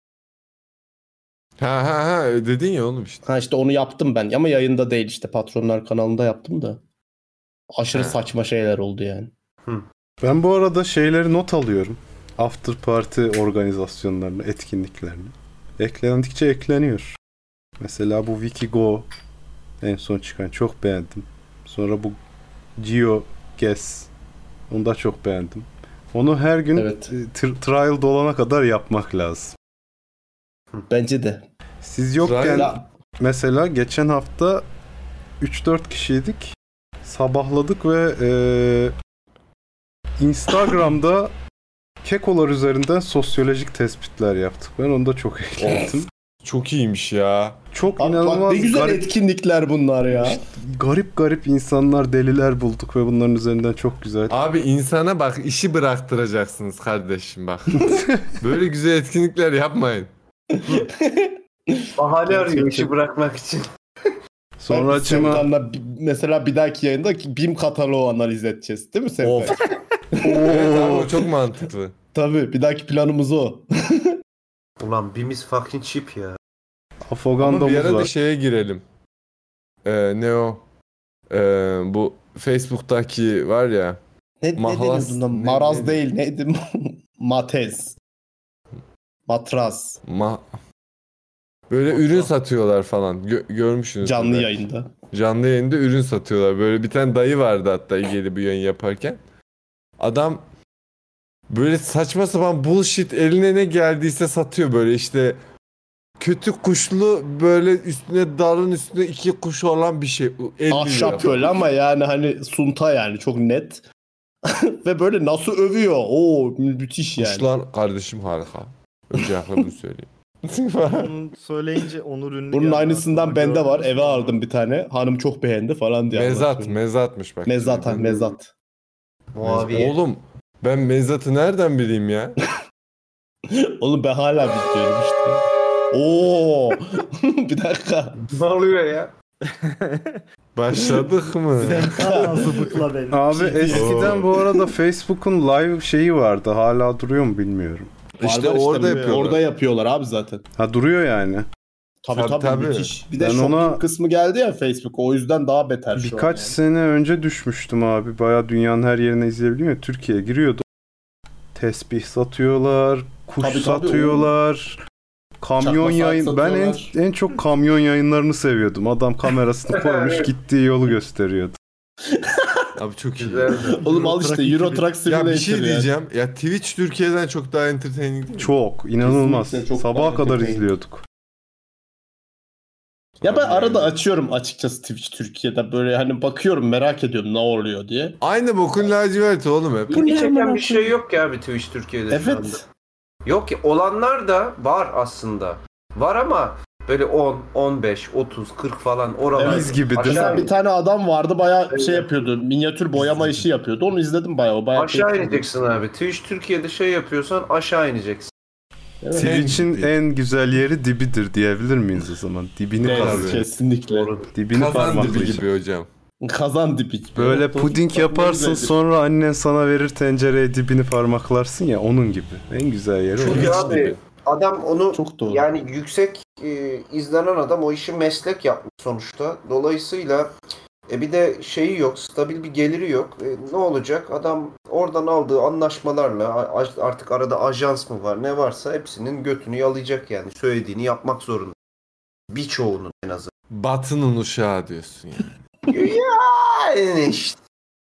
B: Ha dedin ya oğlum işte.
D: Ha işte onu yaptım ben ama yayında değil işte Patronlar kanalında yaptım da. Aşırı
B: Ha.
D: saçma şeyler oldu yani.
C: Ben bu arada şeyleri not alıyorum. After party organizasyonlarını, etkinliklerini. Eklendikçe ekleniyor. Mesela bu Wikigo en son çıkan çok beğendim. Sonra bu GeoGuess onu da çok beğendim. Onu her gün
D: Evet.
C: trial dolana kadar yapmak lazım.
D: Bence de.
C: Siz yokken
B: Trial-
C: mesela geçen hafta 3-4 kişiydik. Sabahladık ve Instagram'da kekolar üzerinden sosyolojik tespitler yaptık. Ben onda çok eğlendim.
B: Çok iyiymiş ya.
C: Çok
D: Abi bak
C: inanılmaz
D: ne güzel
C: garip,
D: etkinlikler bunlar ya.
C: garip insanlar, deliler bulduk ve bunların üzerinden çok güzel.
B: Abi insana bak işi bıraktıracaksınız kardeşim bak. Böyle güzel etkinlikler yapmayın.
F: Bahane arıyor
D: Gerçekten.
F: işi bırakmak için.
C: Sonra
D: Bak,
C: açıma
D: Semkan'la mesela bir dahaki yayında BİM kataloğu analiz edeceğiz. Değil mi Semkan?
B: Of. Evet abi o çok mantıklı.
D: Tabii bir dahaki planımız o.
F: Ulan bimiz fucking cheap ya.
B: Ama
C: Afoganda'mız
B: bir ara da
C: var.
B: şeye girelim. Ne o? Bu Facebook'taki var ya.
D: Ne
B: Mahlas-
D: deniyordun lan?
B: ne-
D: Maraz
B: ne-
D: değil neydi? Matez. Matraz.
B: Böyle ürün satıyorlar falan. Görmüşsünüz.
D: Canlı
B: belki.
D: yayında.
B: Canlı yayında ürün satıyorlar. Böyle bir tane dayı vardı hatta ilgili bu yayın yaparken. Adam böyle saçma sapan bullshit eline ne geldiyse satıyor böyle işte kötü kuşlu böyle üstüne dalın üstüne 2 kuş olan bir şey. 50 lira.
D: Ahşap böyle ama yani hani sunta yani çok net. Ve böyle nasıl övüyor. Oo müthiş yani.
B: Kuşlar kardeşim harika. Öncelikle bunu söyleyeyim.
E: Onu söyleyince Onur ünlü
D: Bunun
E: geldi
D: aynısından
E: aklıma.
D: bende var.
E: Gördünüz
D: Eve
E: mü?
D: aldım bir tane. Hanım çok beğendi falan diye.
B: Mezat,
D: anlatıyor.
B: mezatmış bak.
D: Mezat ha mezat.
F: Muaviye.
B: Oğlum ben mezatı nereden bileyim ya?
D: Oğlum ben hala bilmiyorum işte. Oo. Bir dakika.
F: Ne oluyor ya?
B: Başladık mı?
E: Semkan zıbıkla beni.
C: Abi eskiden
B: Oo.
C: bu arada Facebook'un live şeyi vardı. Hala duruyor mu bilmiyorum.
B: İşte
D: Varlar
B: orada yapıyorlar.
D: Orada yapıyorlar abi zaten.
C: Ha duruyor yani.
D: Tabii
B: Tabii,
D: tabii,
B: tabii.
D: müthiş. Bir de
C: Ben
D: shopping
C: ona-
D: kısmı geldi ya Facebook. O yüzden daha beter şu an.
C: Birkaç
D: yani.
C: sene önce düşmüştüm abi. Bayağı dünyanın her yerine izleyebiliyorum ya. Türkiye'ye giriyordu. Tesbih satıyorlar, kuş
D: Tabii, tabii,
C: satıyorlar. Kamyon
D: Çakma saat
C: yayın. Ben
D: satıyorlar.
C: en çok kamyon yayınlarını seviyordum. Adam kamerasını koymuş, gittiği yolu gösteriyordu.
B: Abi çok iyi.
F: Güzeldi.
D: Oğlum al işte
E: Euro
D: Euro Truck Simulator
B: Ya bir şey
D: yani.
B: diyeceğim. Ya Twitch Türkiye'den çok daha entertaining değil mi?
C: Çok, inanılmaz.
D: Kesinlikle çok
C: Sabaha
D: daha
C: kadar
D: entertaining.
C: izliyorduk.
D: Ya ben
B: Abi
D: arada
B: yani.
D: açıyorum açıkçası Twitch Türkiye'de böyle hani bakıyorum merak ediyorum ne oluyor diye.
B: Aynı bokun laciverti oğlum hep.
F: İlgi çeken bir şey yok ya abi Twitch Türkiye'de şu anda.
D: Evet.
F: Yok ki olanlar da var aslında. Var ama böyle 10, 15, 30, 40 falan oralar.
C: Biz gibidir.
D: Mesela bir tane adam vardı bayağı
F: Evet.
D: şey yapıyordu. Minyatür boyama işi yapıyordu. Onu izledim bayağı. O bayağı
F: Aşağı
D: keyifli.
F: ineceksin abi. Twitch Türkiye'de şey yapıyorsan aşağı ineceksin.
D: Evet.
C: Twitch'in
B: Dibi.
C: en güzel yeri dibidir diyebilir miyiz o zaman? Dibini
D: Evet,
C: parmak.
D: kesinlikle.
F: Doğru.
C: Dibini
B: Kazan dibi
C: parmaklayacak.
B: gibi hocam.
D: Kazan dibi.
C: Böyle
D: Evet,
C: puding
D: çok
C: yaparsın
D: güzeldir.
C: sonra annen sana verir tencereye dibini parmaklarsın ya onun gibi. En güzel yeri o.
F: Çünkü
B: Twitch
F: abi
B: dibi.
F: adam onu
D: Çok doğru.
F: yani yüksek izlenen adam o işi meslek yapmış sonuçta. Dolayısıyla bir de şeyi yok, stabil bir geliri yok. Ne olacak? Adam oradan aldığı anlaşmalarla artık arada ajans mı var ne varsa hepsinin götünü yalayacak yani. Söylediğini yapmak zorunda. Birçoğunun en azından.
B: Batının uşağı diyorsun yani.
F: Yani işte.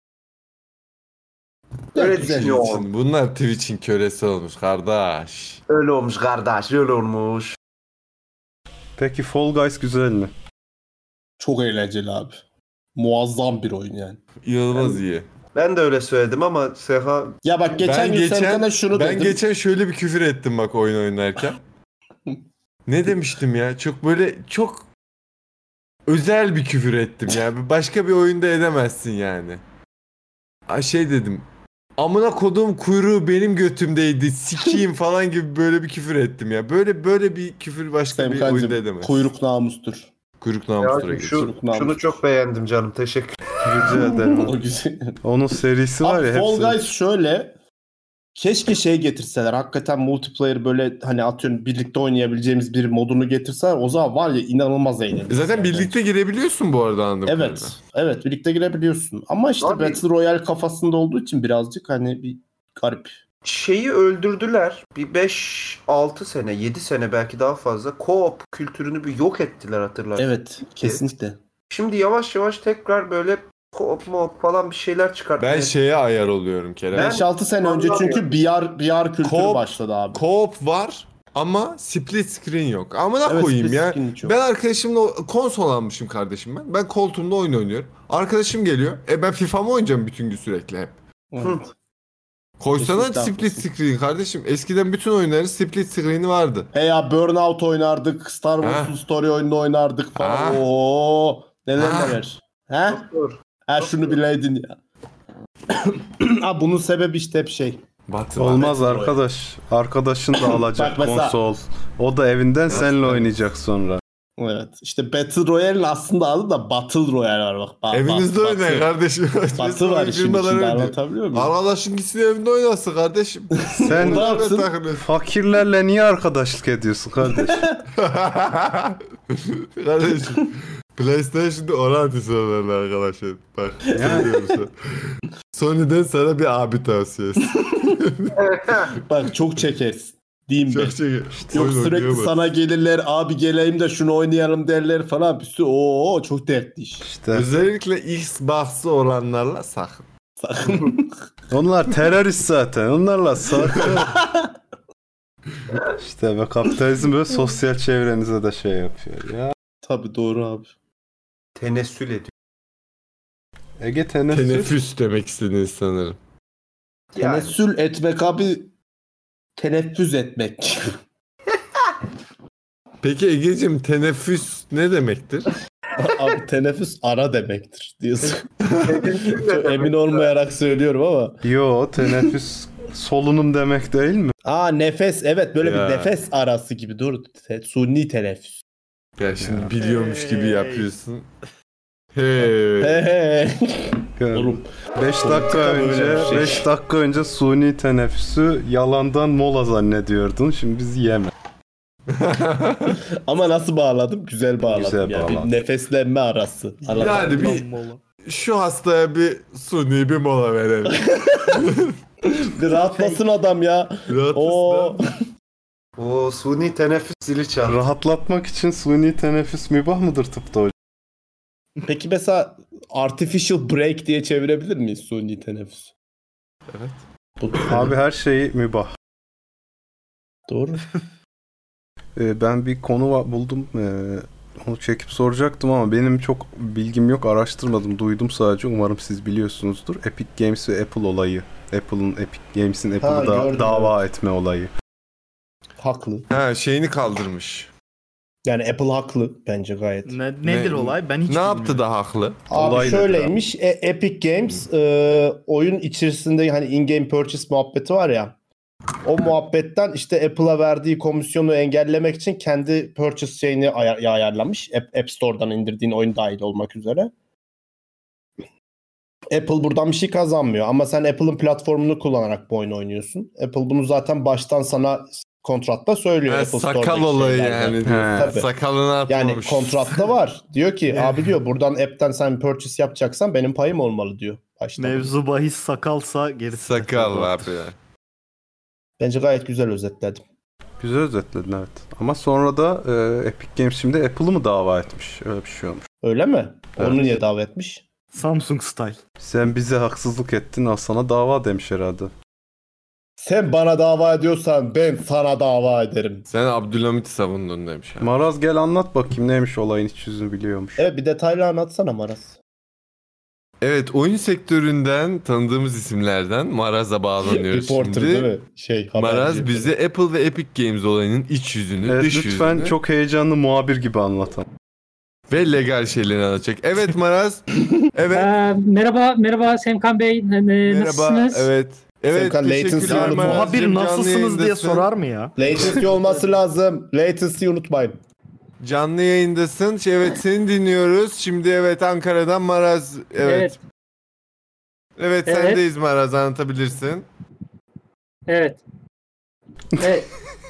F: Öyle
D: Güzel.
F: düşünüyorum.
B: Twitch'in, bunlar Twitch'in kölesi olmuş kardeş.
F: Öyle olmuş kardeş, öyle olmuş.
C: Peki Fall Guys güzel mi?
D: Çok eğlenceli abi. Muazzam bir oyun yani.
B: İnanılmaz iyi.
F: Ben de öyle söyledim ama Seha
D: Ya bak geçen gün Semkan'a şunu
B: ben
D: dedim.
B: geçen şöyle bir küfür ettim bak oyun oynarken. Ne demiştim ya? Çok böyle çok özel bir küfür ettim ya. Başka bir oyunda edemezsin yani. Şey dedim. Amına koduğum kuyruğu benim götümdeydi. Sikiyim falan gibi böyle bir küfür ettim ya. Böyle bir küfür başka bir oyunda
D: Semkancığım
B: edemez.
D: kuyruk namustur.
B: Kuyruk
F: ya
B: namustura geçiyor.
F: şunu çok beğendim canım. Teşekkür
C: Rica ederim.
D: O güzel.
C: Onun serisi var
D: Abi
C: ya
D: Fall
C: hepsi.
D: Guys şöyle. Keşke şey getirseler. Hakikaten multiplayer böyle hani atıyorum birlikte oynayabileceğimiz bir modunu getirseler. O zaman var ya inanılmaz eğleniriz.
B: Zaten
D: yani.
B: birlikte girebiliyorsun bu arada anladığım kadarıyla.
D: Evet. Evet birlikte girebiliyorsun. Ama işte
F: Abi-
D: Battle Royale kafasında olduğu için birazcık hani bir garip.
F: şeyi öldürdüler. Bir 5-6 sene, 7 sene belki daha fazla co-op kültürünü bir yok ettiler hatırlarsın.
D: Evet kesinlikle.
F: Şimdi yavaş yavaş tekrar böyle co-op mo falan bir şeyler çıkartmaya.
B: Ben şeye ayar oluyorum Kerem.
F: Ben-
D: 5-6 sene önce çünkü VR kültürü
B: Co-op-
D: başladı abi.
B: Co-op var ama split screen yok. Amına
D: Evet,
B: koyayım
D: split
B: ya.
D: screen hiç yok.
B: Ben arkadaşımla konsol almışım kardeşim ben. Ben koltuğumda oyun oynuyorum. Arkadaşım geliyor. Ben FIFA mı oynayacağım bütün gün sürekli hep?
D: Evet.
B: Koysana
D: Kesinlikle
B: split
D: haklısın.
B: screen kardeşim. Eskiden bütün oyunların split screen'i vardı.
D: He ya Burnout oynardık. Star Wars'un
B: Ha.
D: story oyununu oynardık falan.
B: Ha.
D: Oo, neler
B: Ha.
D: neler. He?
F: Doktor.
D: Ha şunu bileydin ya. Ha bunun sebebi işte hep şey.
B: Batı
C: Olmaz
D: Battle
C: arkadaş. Arkadaşın da alacak
D: Bak mesela-
C: konsol. O da evinden seninle oynayacak sonra.
D: Evet. İşte Battle Royale'in aslında adı da Battle Royale var bak.
B: Evinizde oynayın kardeşim.
D: Batı var işin
B: Firmalar
D: içinde,
B: öyle.
D: anlatabiliyor muyum?
B: Arkadaşın gitsin evinde oynasın kardeşim.
C: Sen
D: Ne yapsın?
C: fakirlerle niye arkadaşlık ediyorsun kardeş?
B: Kardeşim. PlayStation'da orantisi olan arkadaşlar. Bak. söylüyorum sana. Sony'den sana bir abi tavsiyesi.
D: Bak çok çekersin. Diyeyim ben.
B: Çok şey.
D: Yok sürekli sana gelirler abi geleyim de şunu oynayalım derler falan. Bir sürü oo çok dertli iş.
C: İşte
B: Özellikle Xbox'ı olanlarla sakın.
D: Sakın.
C: onlar terörist zaten. Onlarla sakın. İşte be kapitalizm böyle sosyal çevrenize de şey yapıyor ya.
D: Tabii doğru abi.
F: Tenessül ediyor.
C: Ege teneffüs.
B: Teneffüs demek istediniz sanırım.
F: Yani
D: Tenessül etmek abi teneffüs etmek.
B: Peki Ege'cim teneffüs ne demektir?
D: Abi teneffüs ara demektir diyorsun. Çok emin olmayarak söylüyorum ama.
C: Yo teneffüs solunum demek değil mi?
D: Aa nefes evet böyle
B: Ya.
D: bir nefes arası gibi dur. Suni teneffüs.
B: Ya şimdi
C: Ya.
B: biliyormuş gibi
E: Hey.
B: yapıyorsun. Hey.
D: He he.
C: Yani
D: Oğlum
C: 5 dakika
D: böyle
C: önce
D: bir şey.
C: 5 dakika önce suni teneffüsü yalandan mola zannediyordun. Şimdi bizi yeme.
D: ama nasıl bağladım? Güzel bağladım.
C: Güzel
D: yani.
C: bağladın.
D: Bir nefeslenme arası.
B: Yani bir şu hastaya bir suni bir mola verelim.
D: Bir rahatlasın adam ya. Oo.
F: o suni teneffüs zili çaldı.
C: Rahatlatmak için suni teneffüs mübah mıdır tıpta hocam?
D: Peki mesela artificial break diye çevirebilir miyiz suni teneffüs?
B: Evet.
D: Bu,
C: Abi her şeyi mübah.
D: doğru.
C: Ben bir konu buldum. Onu çekip soracaktım ama benim çok bilgim yok. Araştırmadım. Duydum sadece. Umarım siz biliyorsunuzdur. Epic Games ve Apple olayı. Epic Games'in Apple'ı
D: gördüm,
C: dava etme olayı.
D: Haklı.
B: Ha şeyini kaldırmış.
D: Yani Apple haklı bence gayet.
E: Nedir
B: Ne-
E: olay? Ben hiç
B: Ne yaptı
E: bilmiyorum.
B: da haklı?
D: Abi
C: Olay nedir
D: şöyleymiş. Epic Games oyun içerisinde hani in-game purchase muhabbeti var ya. O muhabbetten işte Apple'a verdiği komisyonu engellemek için kendi purchase şeyini ayarlamış. App Store'dan indirdiğin oyun dahil olmak üzere. Apple buradan bir şey kazanmıyor ama sen Apple'ın platformunu kullanarak bu oyunu oynuyorsun. Apple bunu zaten baştan sana kontratta söylüyor.
B: Ha,
D: Apple
B: sakal
D: Store'daki
B: olayı
D: şeylerden.
B: yani.
C: He.
B: diyor.
D: Tabii.
B: Sakalını
D: Yani
B: atmamış.
D: kontratta var. Diyor ki abi diyor buradan app'ten sen purchase yapacaksan benim payım olmalı diyor. Başta.
E: Mevzu bahis sakalsa gerisi.
B: Sakal abi ya.
D: Bence gayet güzel özetledim.
C: Güzel özetledin evet. Ama sonra da Epic Games şimdi Apple'ı mı dava etmiş? Öyle bir şey olmuş.
D: Öyle mi?
C: Evet.
D: Onu niye davet etmiş?
E: Samsung style.
C: Sen bize haksızlık ettin, al sana dava demiş herhalde.
D: Sen bana dava ediyorsan ben sana dava ederim.
B: Sen Abdülhamit'i savundun demiş. abi.
C: Maraz gel anlat bakayım neymiş olayın iç yüzünü biliyormuş.
D: Evet bir detaylı anlatsana Maras.
B: Evet, oyun sektöründen tanıdığımız isimlerden Maraz'a bağlanıyoruz
D: Reporter
B: şimdi.
D: değil mi?
B: Maraz
D: haberci.
B: bize Apple ve Epic Games olayının iç yüzünü,
C: Evet,
B: dış
C: lütfen
B: yüzünü
C: çok heyecanlı muhabir gibi anlatan.
B: ve legal şeylerini anlatacak. Evet Maraz. Evet.
G: Merhaba Semkan Bey.
B: Merhaba.
G: Nasılsınız?
B: Evet. Evet,
D: Semkan,
B: teşekkürler
D: latency var.
B: Maraz'cığım.
E: Muhabir
B: Canlı
E: nasılsınız diye
B: yayındasın.
E: sorar mı ya?
D: Latency olması lazım. Latency unutmayın.
B: Canlı yayındasın. Evet, seni dinliyoruz. Şimdi evet Ankara'dan Maraz. Evet. Evet,
G: Evet.
B: sendeyiz Maraz, anlatabilirsin.
G: Evet. Evet.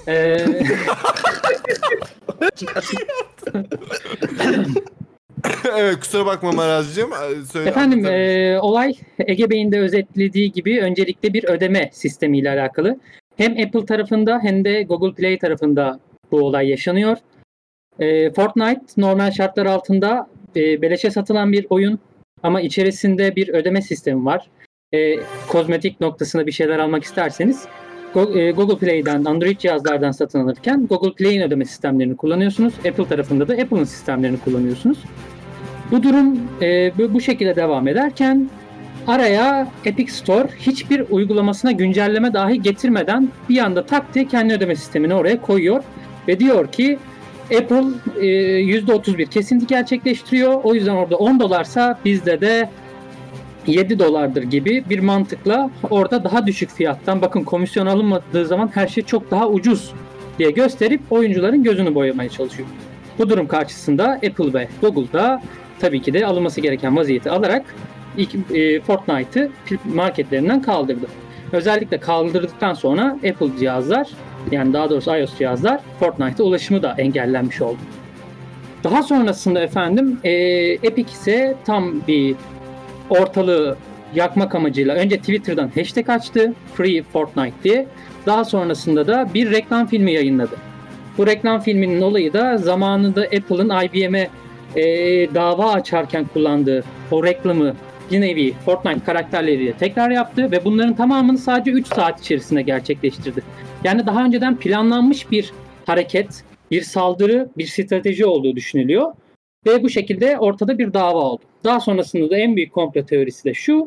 B: Evet, kusura bakma Maraz'cığım. Söyle,
G: Efendim
B: anlatabilirsin.
G: olay Ege Bey'in de özetlediği gibi öncelikle bir ödeme sistemiyle alakalı. Hem Apple tarafında hem de Google Play tarafında bu olay yaşanıyor. Fortnite normal şartlar altında beleşe satılan bir oyun ama içerisinde bir ödeme sistemi var. Kozmetik noktasında bir şeyler almak isterseniz Google Play'den, Android cihazlardan satın alırken Google Play'in ödeme sistemlerini kullanıyorsunuz. Apple tarafında da Apple'ın sistemlerini kullanıyorsunuz. Bu durum bu şekilde devam ederken araya Epic Store hiçbir uygulamasına güncelleme dahi getirmeden bir anda tak diye kendi ödeme sistemini oraya koyuyor ve diyor ki Apple %31 kesinti gerçekleştiriyor. O yüzden orada $10'sa bizde de $7 gibi bir mantıkla orada daha düşük fiyattan, bakın komisyon alınmadığı zaman her şey çok daha ucuz diye gösterip oyuncuların gözünü boyamaya çalışıyor. Bu durum karşısında Apple ve Google da tabii ki de alınması gereken vaziyeti alarak Fortnite'ı marketlerinden kaldırdı. Özellikle kaldırdıktan sonra Apple cihazlar, yani daha doğrusu iOS cihazlar, Fortnite'a ulaşımı da engellenmiş oldu. Daha sonrasında efendim Epic ise tam bir ortalığı yakmak amacıyla önce Twitter'dan hashtag açtı, Free Fortnite diye. Daha sonrasında da bir reklam filmi yayınladı. Bu reklam filminin olayı da zamanında Apple'ın IBM'e dava açarken kullandığı o reklamı bir nevi Fortnite karakterleriyle tekrar yaptı ve bunların tamamını sadece 3 saat içerisinde gerçekleştirdi. Yani daha önceden planlanmış bir hareket, bir saldırı, bir strateji olduğu düşünülüyor. Ve bu şekilde ortada bir dava oldu. Daha sonrasında da en büyük komplo teorisi de şu.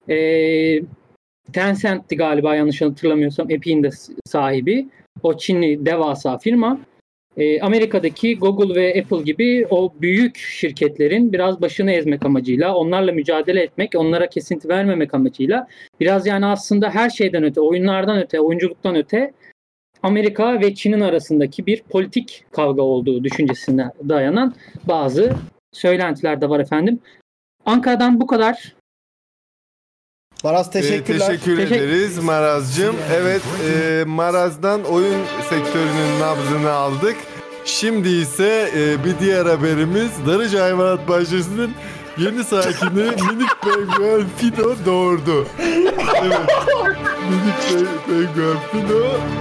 G: Tencent'ti galiba, yanlış hatırlamıyorsam, Epic'in de sahibi. O Çinli devasa firma. Amerika'daki Google ve Apple gibi o büyük şirketlerin biraz başını ezmek amacıyla, onlarla mücadele etmek, onlara kesinti vermemek amacıyla biraz yani aslında her şeyden öte, oyunlardan öte, oyunculuktan öte Amerika ve Çin'in arasındaki bir politik kavga olduğu düşüncesine dayanan bazı söylentiler de var efendim. Ankara'dan bu kadar.
D: Maraz teşekkürler.
B: Teşekkür ederiz Maraz'cığım. Evet, Maraz'dan oyun sektörünün nabzını aldık. Şimdi ise bir diğer haberimiz, Darıca Hayvanat Bahçesi'nin yeni sakini minik penguen Fido doğurdu. Evet, minik penguen Fido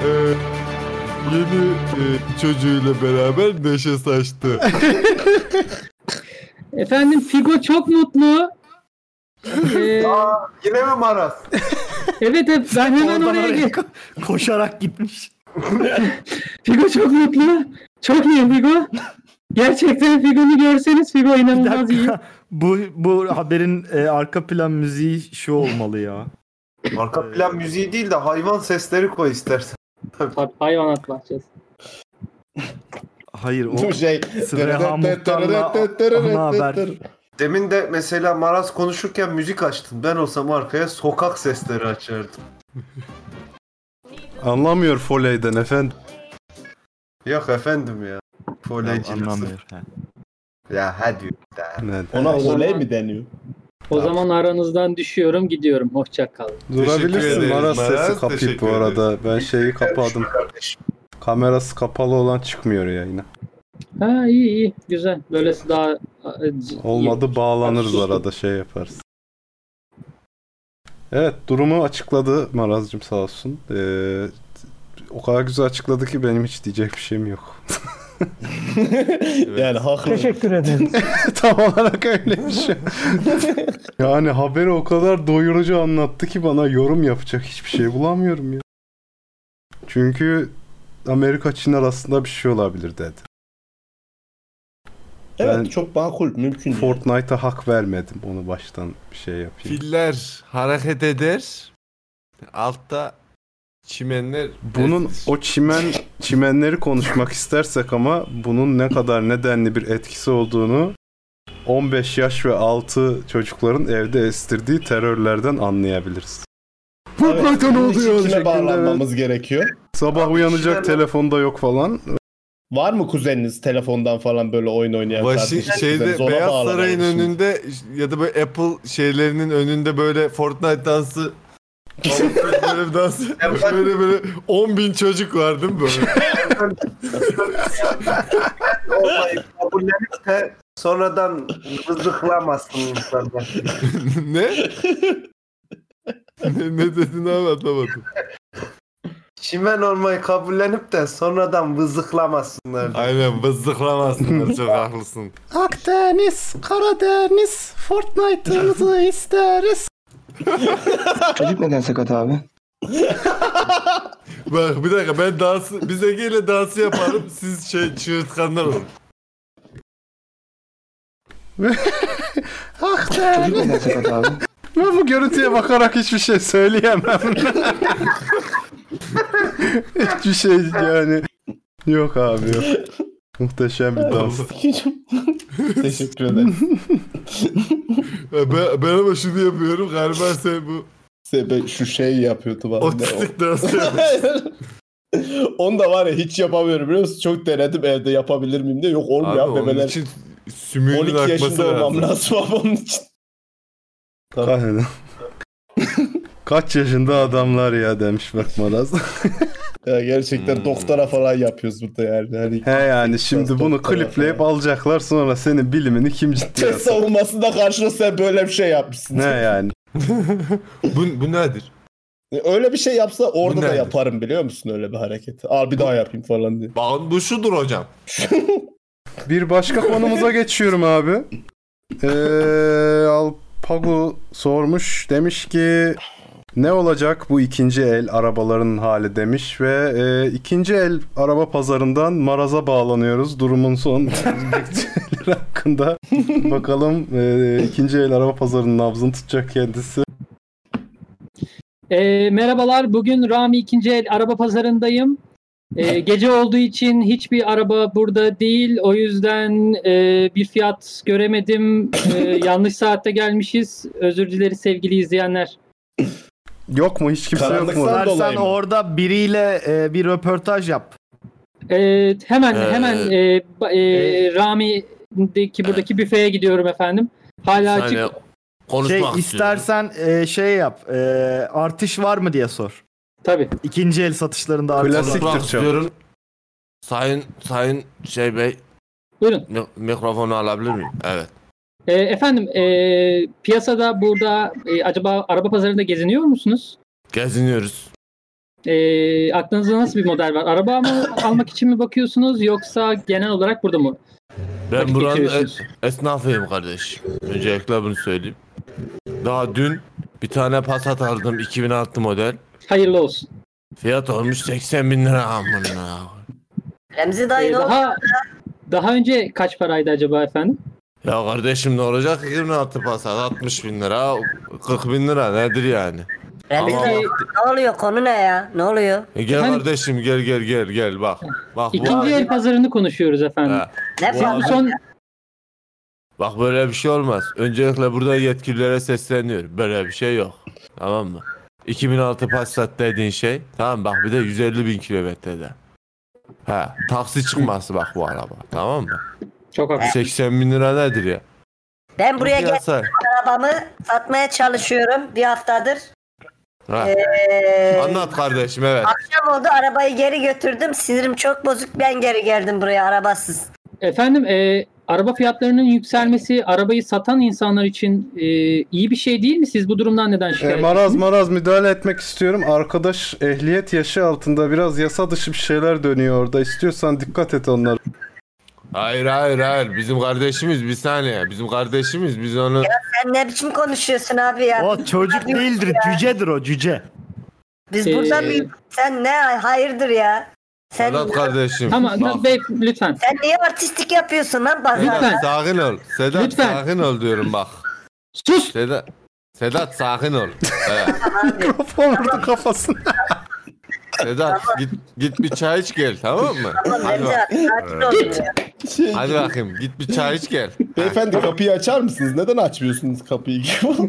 B: yeni çocuğuyla beraber neşe saçtı.
G: Efendim Figo çok mutlu.
F: Yine mi Maraz?
G: Evet, ben hemen oraya
E: koşarak gitmiş.
G: Figo çok mutlu. Çok iyi Figo. Gerçekten Figo'nu görseniz Figo inanılmaz iyi.
E: Bu haberin arka plan müziği şu olmalı ya.
F: Arka plan müziği değil de hayvan sesleri koy istersen.
G: Tabii, hayvanat bahçesi.
E: Hayır, o
D: şey
E: Reha Muhtar'la ana haber.
F: Demin de mesela Maraz konuşurken müzik açtım. Ben olsam arkaya sokak sesleri açardım.
C: Anlamıyor Foley'den efendim.
F: Yok efendim ya. Foleyci
E: Anlamıyor.
F: Ya hadi.
D: Ona oley mi deniyor?
G: O zaman aranızdan düşüyorum, gidiyorum. Hoşça kalın.
C: Durabilirsin
B: ederiz
C: Maraz,
B: Maraz,
C: sesi kapayıp
B: teşekkür
C: bu arada. Ben şeyi kapadım. Kamerası kapalı olan çıkmıyor yayına.
G: Ha, iyi güzel. Böylesi daha
C: Olmadı bağlanırız
G: iyi.
C: arada, şey yaparız. Evet, durumu açıkladı Maraz'cığım, sağ olsun. O kadar güzel açıkladı ki benim hiç diyecek bir şeyim yok.
D: Yani haklı.
H: Teşekkür ederim.
C: Tam olarak öyle bir şey. Yani haberi o kadar doyurucu anlattı ki bana yorum yapacak hiçbir şey bulamıyorum ya. Çünkü Amerika Çin arasında bir şey olabilir dedi.
D: Evet,
C: Ben
D: çok makul, mümkün.
C: Fortnite'a hak vermedim, onu baştan bir şey yapayım.
B: Filler hareket eder. Altta çimenler.
C: Bunun o çimenleri konuşmak istersek ama bunun ne kadar nedenli bir etkisi olduğunu 15 yaş ve altı çocukların evde estirdiği terörlerden anlayabiliriz. Fortnite'a ne oluyor
D: Kime
C: şeklinde,
D: bağlanmamız gerekiyor?
C: sabah uyanacak, telefonda yok falan.
D: Var mı kuzeniniz telefondan falan böyle oyun oynayan kardeşiniz?
B: Şeyde
D: Kuzeniniz, ona
B: Beyaz
D: bağlamayın
B: Saray'ın
D: şimdi.
B: önünde ya da böyle Apple şeylerinin önünde böyle Fortnite dansı böyle bir dans böyle 10.000 çocuk var değil mi böyle?
F: Olmayı kabullenip de sonradan rızıklamazsın insanlar.
B: Ne? Ne dedin abi, anlamadım.
F: Çimen olmayı kabullenip de sonradan vızıklamasınlar.
B: Aynen, vızlıklamazsınlar, çok haklısın.
C: Akdeniz, Karadeniz, Fortnite'ımızı isteriz.
H: Çocuk neden sakat abi?
B: Bak bir dakika, ben dansı, biz Ege'yle dansı yaparım, siz çığırtkanlar olun.
H: Çocuk neden sakat abi?
C: Bu görüntüye bakarak hiçbir şey söyleyemem. Hiçbir şey yani. Yok abi yok. Muhteşem bir dans.
D: Teşekkür ederim.
B: Ben ama şunu yapıyorum. Galiba sen bu
D: Ben şu şeyi yapıyordum abi.
B: otistik dansı yapıyorsun.
D: Onu da var ya hiç yapamıyorum biliyor musun? Çok denedim evde yapabilir miyim diye. Yok olmuyor
B: Abi
D: abi
B: onun
D: bebeler.
B: için sümüğünün
D: 12
B: akması
D: yaşında olmam
B: lazım.
D: lazım abi onun için.
C: Aynen. Kaç yaşında adamlar ya demiş bak Maraz.
D: Ya gerçekten doktora falan yapıyoruz burada yani. Hani
C: He yani şimdi bunu
D: doktora
C: klipleyip
D: falan.
C: alacaklar sonra senin bilimini kim ciddiye
D: Test
C: alacak?
D: savunmasında karşına sen böyle bir şey yapmışsın.
C: Ne yani?
B: Bu nedir?
D: Öyle bir şey yapsa orada
B: Bu
D: da
B: nedir?
D: yaparım biliyor musun öyle bir hareketi. Al bir daha yapayım falan diye.
B: Bakın bu şudur hocam.
C: Bir başka konumuza geçiyorum abi. Alpagu sormuş. Demiş ki ne olacak bu ikinci el arabaların hali demiş ve ikinci el araba pazarından Maraz'a bağlanıyoruz. Durumun son gelişmeleri hakkında. Bakalım ikinci el araba pazarının nabzını tutacak kendisi.
G: Merhabalar, bugün Rami ikinci el araba pazarındayım. Gece olduğu için hiçbir araba burada değil. O yüzden bir fiyat göremedim. Yanlış saatte gelmişiz. Özür dileriz sevgili izleyenler.
C: Yok mu? Hiç kimse yok mu?
D: Karanlıktan
E: Sen
D: dolayı mı?
E: orada biriyle bir röportaj yap.
G: Hemen Rami'deki buradaki büfeye gidiyorum efendim. Hala açık.
B: Konuşmak
E: İstersen şey yap. Artış var mı diye sor.
G: Tabii.
E: İkinci el satışlarında artış var.
C: Klasiktir çok.
I: istiyorum. Sayın şey bey,
G: Buyurun.
I: mikrofonu alabilir miyim? Evet.
G: Efendim piyasada burada acaba araba pazarında geziniyor musunuz?
I: Geziniyoruz.
G: Aklınızda nasıl bir model var? Araba mı almak için mi bakıyorsunuz yoksa genel olarak burada mı?
I: Ben
G: Vakit
I: buranın
G: geçiriyorsunuz.
I: esnafıyım kardeş. Öncelikle bunu söyleyeyim. Daha dün bir tane Passat aldım, 2006 model.
G: Hayırlı olsun.
I: Fiyat olmuş 80 bin lira amına.
J: Remzi dayı ne oldu?
G: Daha önce kaç paraydı acaba efendim?
I: Ya kardeşim ne olacak? 2006 Passat 60 bin lira, 40 bin lira nedir yani?
J: Remzi
I: Ama-
J: dayı ne oluyor? Konu ne ya? Ne oluyor?
I: Gel
G: Efendim?
I: kardeşim gel bak. Bak bu
G: İkinci el pazarını konuşuyoruz efendim.
I: Ha,
J: Ne
I: Bu
J: fiyatı?
G: Son
I: bak böyle bir şey olmaz. Öncelikle burada yetkililere sesleniyorum. Böyle bir şey yok. Tamam mı? 2006 Passat dediğin şey. Tamam bak bir de 150 bin kilometrede. Ha, taksi çıkması bak bu araba. Tamam mı?
G: çok haklı.
I: 80 bin lira nedir ya?
J: Ben buraya gelip
I: Piyasa.
J: arabamı satmaya çalışıyorum bir haftadır.
I: Ha, anlat kardeşim evet.
J: Akşam oldu arabayı geri götürdüm. Sinirim çok bozuk ben geri geldim buraya arabasız.
G: Efendim araba fiyatlarının yükselmesi arabayı satan insanlar için iyi bir şey değil mi? Siz bu durumdan neden şikayetçisiniz?
C: Maraz müdahale etmek istiyorum. Arkadaş ehliyet yaşı altında biraz yasa dışı bir şeyler dönüyor orada. İstiyorsan dikkat et onlara.
I: Hayır. Bizim kardeşimiz bir saniye. Bizim kardeşimiz biz onu...
J: Sen ne biçim konuşuyorsun abi ya?
E: O çocuk değildir, cücedir o, cüce.
J: Biz burada mıyız? Sen ne hayırdır ya? Sen,
I: Sedat kardeşim.
G: Tamam
I: bak.
G: bey lütfen.
J: sen niye artistik yapıyorsun lan
G: Lütfen.
J: pazarda?
I: Sakin ol. Sedat
G: Lütfen.
I: sakin ol diyorum bak.
G: Sus!
I: Sedat sakin ol. Evet.
C: Mikrofon vurdu kafasına.
I: Sedat git bir çay iç gel tamam mı? Hadi,
J: Remzi
I: bak,
J: abi sakin ol ya.
I: hadi bakayım git bir çay iç gel.
D: Beyefendi kapıyı açar mısınız? Neden açmıyorsunuz kapıyı?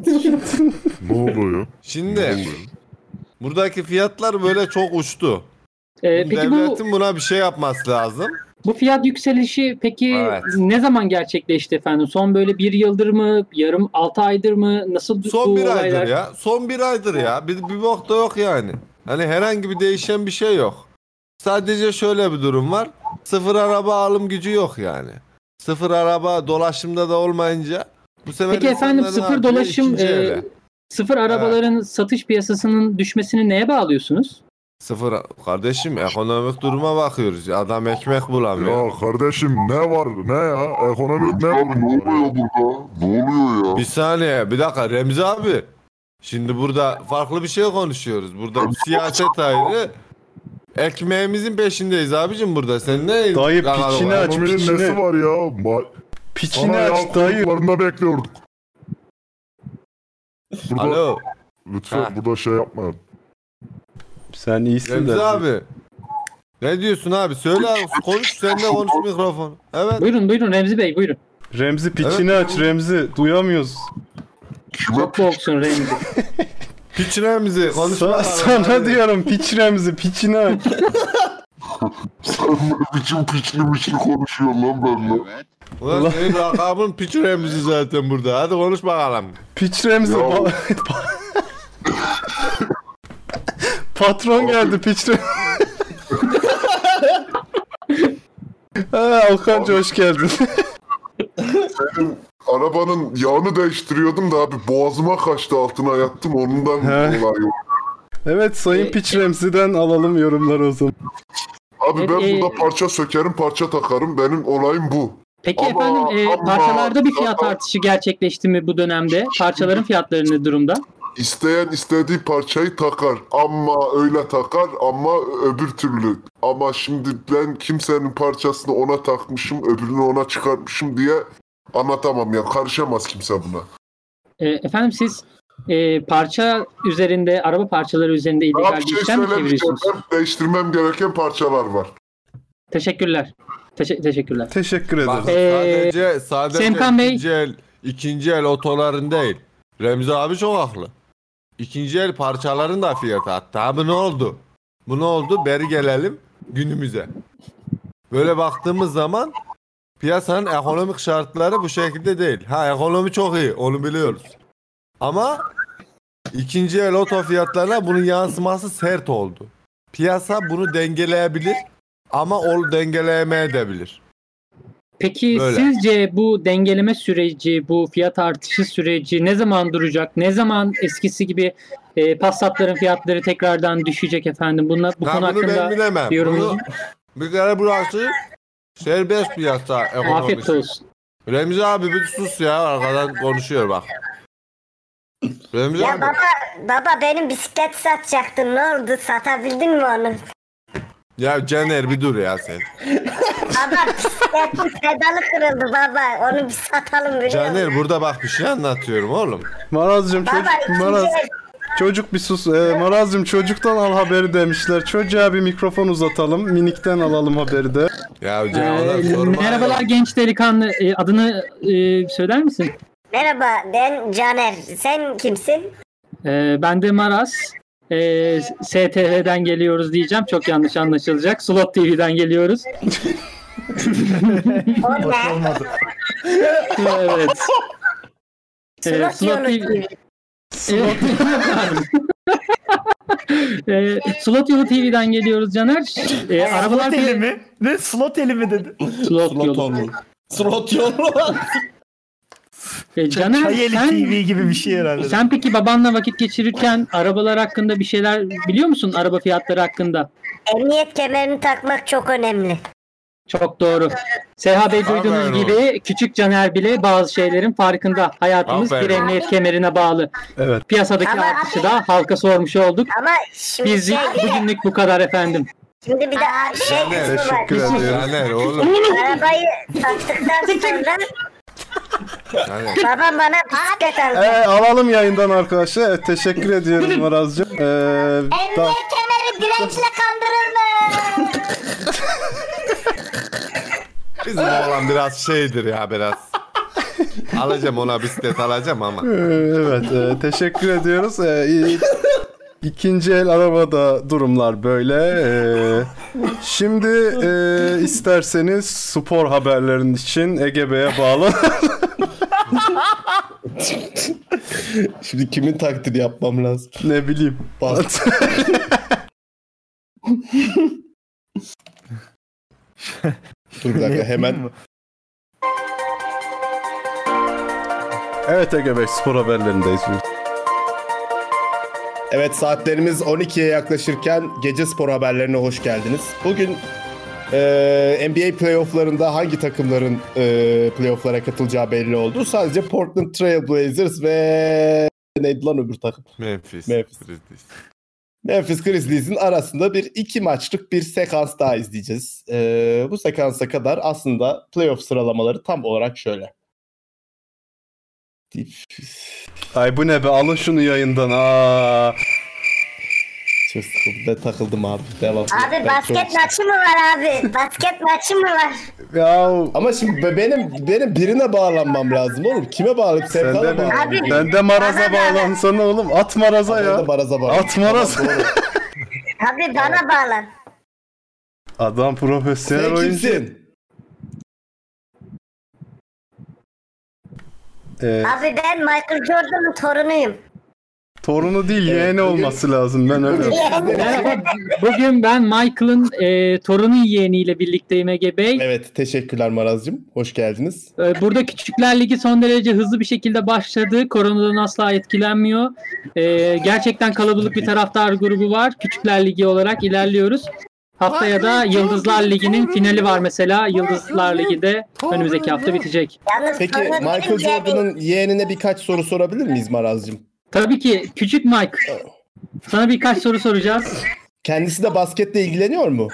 B: Ne oluyor?
I: Şimdi buradaki fiyatlar böyle çok uçtu.
G: Peki
I: Devletin buna bir şey yapması lazım.
G: bu fiyat yükselişi peki
I: Evet.
G: ne zaman gerçekleşti efendim? Son böyle bir yıldır mı? Yarım 6 aydır mı? Nasıl
I: Son
G: bu
I: bir
G: olaylar?
I: aydır ya. Son bir aydır ya. Bir bok da yok yani. Hani herhangi bir değişen bir şey yok. Sadece şöyle bir durum var. Sıfır araba alım gücü yok yani. Sıfır araba dolaşımda da olmayınca bu sefer
G: Peki efendim
I: insanlar ne
G: sıfır
I: yapıyor?
G: dolaşım
I: İkinci ele.
G: sıfır arabaların satış piyasasının düşmesini neye bağlıyorsunuz?
I: Sıfır kardeşim ekonomik duruma bakıyoruz. Ya. Adam ekmek bulamıyor.
K: Ya kardeşim ne var ne ya? Ekonomik ne var? Ne oluyor burada? Ne oluyor ya?
I: Bir saniye bir dakika Remzi abi. Şimdi burada farklı bir şey konuşuyoruz. Burada siyaset ayrı. Ekmeğimizin peşindeyiz abicim burada. Sen ne?
C: Dayı
I: kanalı
C: piçini
I: var?
C: aç.
K: Ekonominin
C: piçini.
K: nesi var ya?
C: Piçini
K: Sana
C: aç
K: yağ
C: dayı.
K: kuyruklarında bekliyorduk. Burada,
I: Alo.
K: lütfen
I: Ha.
K: burada şey yapma.
C: Sen iyisin
I: Remzi
C: de.
I: abi. Ne diyorsun abi? Söyle konuş sen de konuş mikrofon. Evet.
G: Buyurun Remzi Bey buyurun.
C: Remzi piçini aç Remzi. Duyamıyoruz.
G: Çok boğuksun Remzi.
I: Piç Remzi konuşma.
C: Sana diyorum piç Remzi piçini aç.
K: Sen ne biçim piçli konuşuyorsun lan benimle?
I: Ulan senin lakabın Piç Remzi zaten burada. Hadi konuş bakalım.
C: Piç Remzi.
K: Ya.
C: Patron geldi piç Remzi. Alkancı hoş geldin.
K: Senin arabanın yağını değiştiriyordum da abi boğazıma kaçtı altına yattım ondan
C: He.
K: dolayı.
C: Evet Sayın Piç Remzi'den alalım yorumları o zaman.
K: Abi ben burada parça sökerim parça takarım benim olayım bu.
G: Peki
K: Ama-
G: efendim
K: ama-
G: parçalarda bir fiyat artışı gerçekleşti mi bu dönemde? Parçaların fiyatları ne durumda?
K: İsteyen istediği parçayı takar ama öyle takar ama öbür türlü. Ama şimdi ben kimsenin parçasını ona takmışım öbürünü ona çıkartmışım diye anlatamam ya karışamaz kimse buna.
G: Efendim siz parça üzerinde, araba parçaları üzerinde
K: Daha
G: illegal
K: bir
G: bir
K: şey
G: işlem mi
K: söylemeyeceğim
G: çeviriyorsunuz?
K: ben değiştirmem gereken parçalar var.
G: Teşekkürler. Teşekkürler.
C: Teşekkür
I: Bak,
C: ederiz.
I: sadece
G: Semkan Bey.
I: ikinci el otoların değil. Remzi abi çok haklı. İkinci el parçaların da fiyatı hatta. Abi ne oldu? Bu ne oldu? Beri gelelim günümüze. Böyle baktığımız zaman piyasanın ekonomik şartları bu şekilde değil. Ha ekonomi çok iyi onu biliyoruz. Ama ikinci el oto fiyatlarına bunun yansıması sert oldu. Piyasa bunu dengeleyebilir ama o dengeleyemeyebilir.
G: Peki
I: Böyle.
G: sizce bu dengeleme süreci, bu fiyat artışı süreci ne zaman duracak? Ne zaman eskisi gibi Passat'ların fiyatları tekrardan düşecek efendim? Bu konu
I: Bunu
G: hakkında
I: ben bilemem.
G: yorumunuz.
I: Bunu, bir kere burası serbest piyasa ekonomisi.
G: Afiyet olsun.
I: Remzi abi bir sus ya arkadan konuşuyor bak. Remzi
J: Ya
I: abi.
J: baba benim bisiklet satacaktın ne oldu satabildin mi onu?
I: Ya Caner bir dur ya sen.
J: Baba bisikletin pedalı kırıldı baba onu bir satalım biliyor musun?
I: Caner burada bak bir şey anlatıyorum oğlum.
C: Marazcığım
J: Baba
C: çocuk bir sus. Marazcığım çocuktan al haberi demişler. Çocuğa bir mikrofon uzatalım. Minikten alalım haberi de.
I: Ya Caner sorma.
G: Merhabalar genç delikanlı. Adını söyler misin?
J: Merhaba ben Caner sen kimsin?
G: Ben de Maraz. STV'den geliyoruz diyeceğim. Çok yanlış anlaşılacak. Slot TV'den geliyoruz.
J: O ne?
G: Evet.
J: Slot Yolu TV.
G: Slot Yolu TV'den geliyoruz Caner. Arabalar
E: Slot eli mi? Ne slot eli mi dedi?
G: Slot Yolu.
D: Slot yolu.
G: Caner
E: Çayeli TV gibi bir şey herhalde.
G: sen peki babanla vakit geçirirken arabalar hakkında bir şeyler biliyor musun? Araba fiyatları hakkında.
J: Emniyet kemerini takmak çok önemli.
G: Çok doğru. Seha Bey duyduğunuz
I: Aferin
G: gibi küçük Caner bile bazı şeylerin farkında. Hayatımız bir
I: Aferin.
G: emniyet kemerine bağlı.
C: Evet.
G: Piyasadaki
J: Ama
G: artışı da halka sormuş olduk.
J: Ama şimdi
G: Bizlik bugünlük bu kadar efendim.
J: şimdi bir de şey
I: Caner,
J: kısmı var.
C: teşekkür ederim.
I: Caner oğlum.
J: Arabayı sattıktan sonra
I: Caner.
J: babam bana bisiklet aldı.
C: Alalım yayından arkadaşlar. Evet, teşekkür ediyorum Marazcığım.
J: Emniyet kemeri dirençle kandırılmış.
I: Bizim oğlan biraz şeydir ya biraz. Alacağım ona bisiklet alacağım ama.
C: Evet, teşekkür ediyoruz. İkinci el arabada durumlar böyle. Şimdi isterseniz spor haberlerin için Ege Bey'e bağlı.
D: Şimdi kimin taklidi yapmam lazım?
C: Ne bileyim.
D: Bas. Dur bir dakika hemen.
C: Evet Ege Bey spor haberlerindeyiz.
D: Evet saatlerimiz 12'ye yaklaşırken gece spor haberlerine hoş geldiniz. Bugün NBA playofflarında hangi takımların playofflara katılacağı belli oldu. Sadece Portland Trail Blazers ve neydi lan öbür takım?
I: Memphis.
D: Grizzlies. Memphis Grizzlies'in arasında bir 2 maçlık bir sekans daha izleyeceğiz. Bu sekansa kadar aslında playoff sıralamaları tam olarak şöyle.
C: Ay bu ne be, alın şunu yayından. Aa.
D: Çok sıkıldım. Ben takıldım abi. Devam.
J: Abi basket maçı mı var abi? Basket maçı mı var?
C: Ya
D: ama şimdi benim birine bağlanmam lazım oğlum. Kime bağlanıp Serkan'a bağlanayım?
C: Ben de Maraz'a bağlansana oğlum. At Maraz'a ya. At Maraz.
J: Abi bana bağlan.
C: Adam profesyonel
D: Sen
C: oyuncu.
D: kimsin?
J: Abi ben Michael Jordan'ın torunuyum.
C: Torunu değil, yeğeni olması lazım. Ben öyle.
G: Merhaba. Bugün ben Michael'ın torunu yeğeniyle birlikteyim Ege Bey.
D: Evet, teşekkürler Maraz'cığım. Hoş geldiniz.
G: Burada Küçükler Ligi son derece hızlı bir şekilde başladı. Koronadan asla etkilenmiyor. Gerçekten kalabalık bir taraftar grubu var. Küçükler Ligi olarak ilerliyoruz. Haftaya da Yıldızlar Ligi'nin finali var mesela. Yıldızlar Ligi de önümüzdeki hafta bitecek.
D: Peki Michael Jordan'ın yeğenine birkaç soru sorabilir miyiz Maraz'cığım?
G: Tabii ki. Küçük Mike. Sana birkaç soru soracağız.
D: Kendisi de basketle ilgileniyor mu?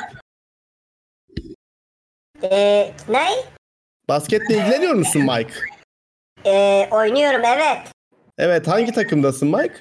J: Ne?
D: Basketle ilgileniyor musun Mike?
J: Oynuyorum evet.
D: Evet, hangi takımdasın Mike?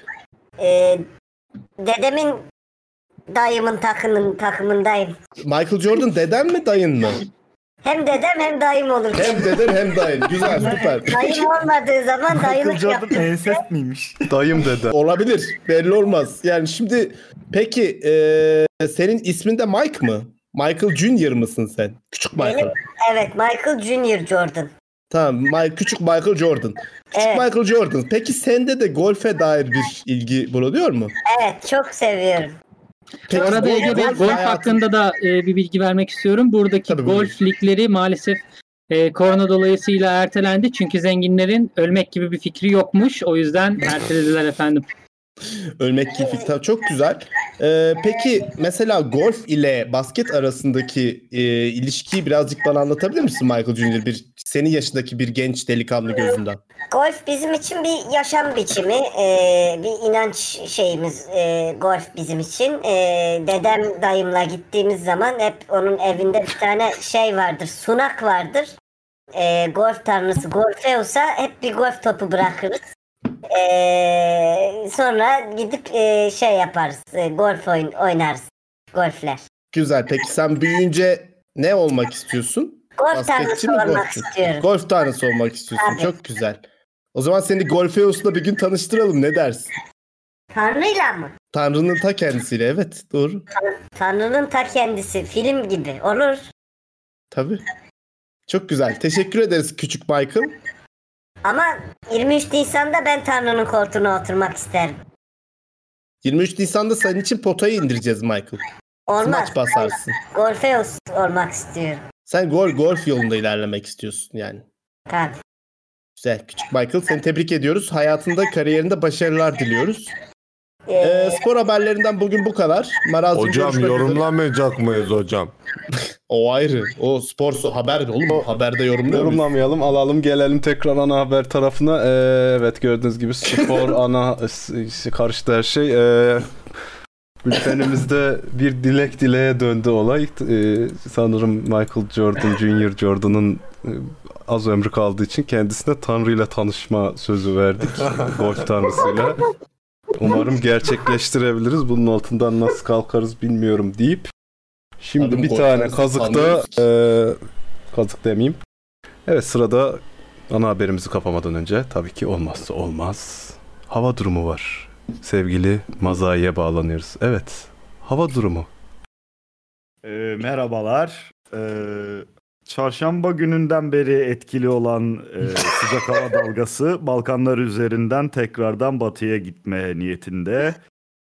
J: Dedemin dayımın takımındayım.
D: Michael Jordan deden mi dayın mı?
J: Hem dedem hem dayım olur.
D: Hem deden hem dayın. Güzel, süper.
J: Dayım olmadığı zaman dayılık yaptım.
E: ensest miymiş?
C: Dayım dede.
D: Olabilir. Belli olmaz. Yani şimdi peki senin ismin de Mike mı? Michael Junior mısın sen? Küçük Michael.
J: Evet, Michael Junior Jordan.
D: Tamam, küçük Michael Jordan. Küçük
J: Evet.
D: Michael Jordan. Peki sende de golfe dair bir ilgi bulunuyor mu?
J: Evet, çok seviyorum.
G: Bu arada Ege Bey, golf hakkında da bir bilgi vermek istiyorum. Buradaki golf ligleri maalesef korona dolayısıyla ertelendi. Çünkü zenginlerin ölmek gibi bir fikri yokmuş. O yüzden ertelediler efendim.
D: Ölmek gibi fikir. Çok güzel. Peki mesela golf ile basket arasındaki ilişkiyi birazcık bana anlatabilir misin Michael Junior? Senin yaşındaki bir genç delikanlı gözünden.
J: Golf bizim için bir yaşam biçimi, bir inanç şeyimiz. Golf bizim için. Dedem dayımla gittiğimiz zaman hep onun evinde bir tane şey vardır, sunak vardır. Golf tanrısı Golfeus'a hep bir golf topu bırakırız. Sonra gidip şey yaparız, golf oynarız, golfler.
D: Güzel. Peki sen büyüyünce ne olmak istiyorsun?
J: Golf
D: Basketçi
J: tanrısı
D: mi,
J: olmak
D: golfçü?
J: istiyorum.
D: Golf tanrısı olmak istiyorsun.
J: Tabii.
D: Çok güzel. O zaman seni Golfeus'la bir gün tanıştıralım. Ne dersin?
J: Tanrıyla mı?
D: Tanrı'nın ta kendisiyle. Evet, doğru.
J: Tanrı'nın ta kendisi, film gibi olur.
D: Tabii. Çok güzel. Teşekkür ederiz küçük Michael.
J: Ama 23 Nisan'da ben Tanrı'nın koltuğuna oturmak isterim.
D: 23 Nisan'da senin için potayı indireceğiz Michael.
J: Olmaz.
D: Smaç basarsın.
J: Golfeus olmak istiyorum.
D: Sen golf yolunda ilerlemek istiyorsun yani.
J: Tabii.
D: Güzel. Küçük Michael, seni tebrik ediyoruz. Hayatında, kariyerinde başarılar diliyoruz. Spor haberlerinden bugün bu kadar. Maraz'cığım,
I: Hocam
D: görüşmek üzere.
I: yorumlamayacak mıyız hocam?
D: O ayrı. O spor haber oğlum. Haberde yorumluyor muyuz?
C: Yorumlamayalım, alalım gelelim tekrar ana haber tarafına. Evet, gördüğünüz gibi spor ana karıştı her şey. Bültenimizde bir dileğe döndü olay. Sanırım Michael Jordan, Junior Jordan'ın az ömrü kaldığı için kendisine Tanrı ile tanışma sözü verdik. Golf tanrısıyla. Umarım gerçekleştirebiliriz. Bunun altından nasıl kalkarız bilmiyorum deyip şimdi
D: Tabii
C: bir
D: golf
C: tane
D: tanrısı
C: kazıkta kazık demeyeyim. Evet, sırada ana haberimizi kapamadan önce tabii ki olmazsa olmaz hava durumu var. Sevgili Mazai'ye bağlanıyoruz. Evet, hava durumu.
E: Merhabalar. Çarşamba gününden beri etkili olan sıcak hava dalgası Balkanlar üzerinden tekrardan batıya gitme niyetinde.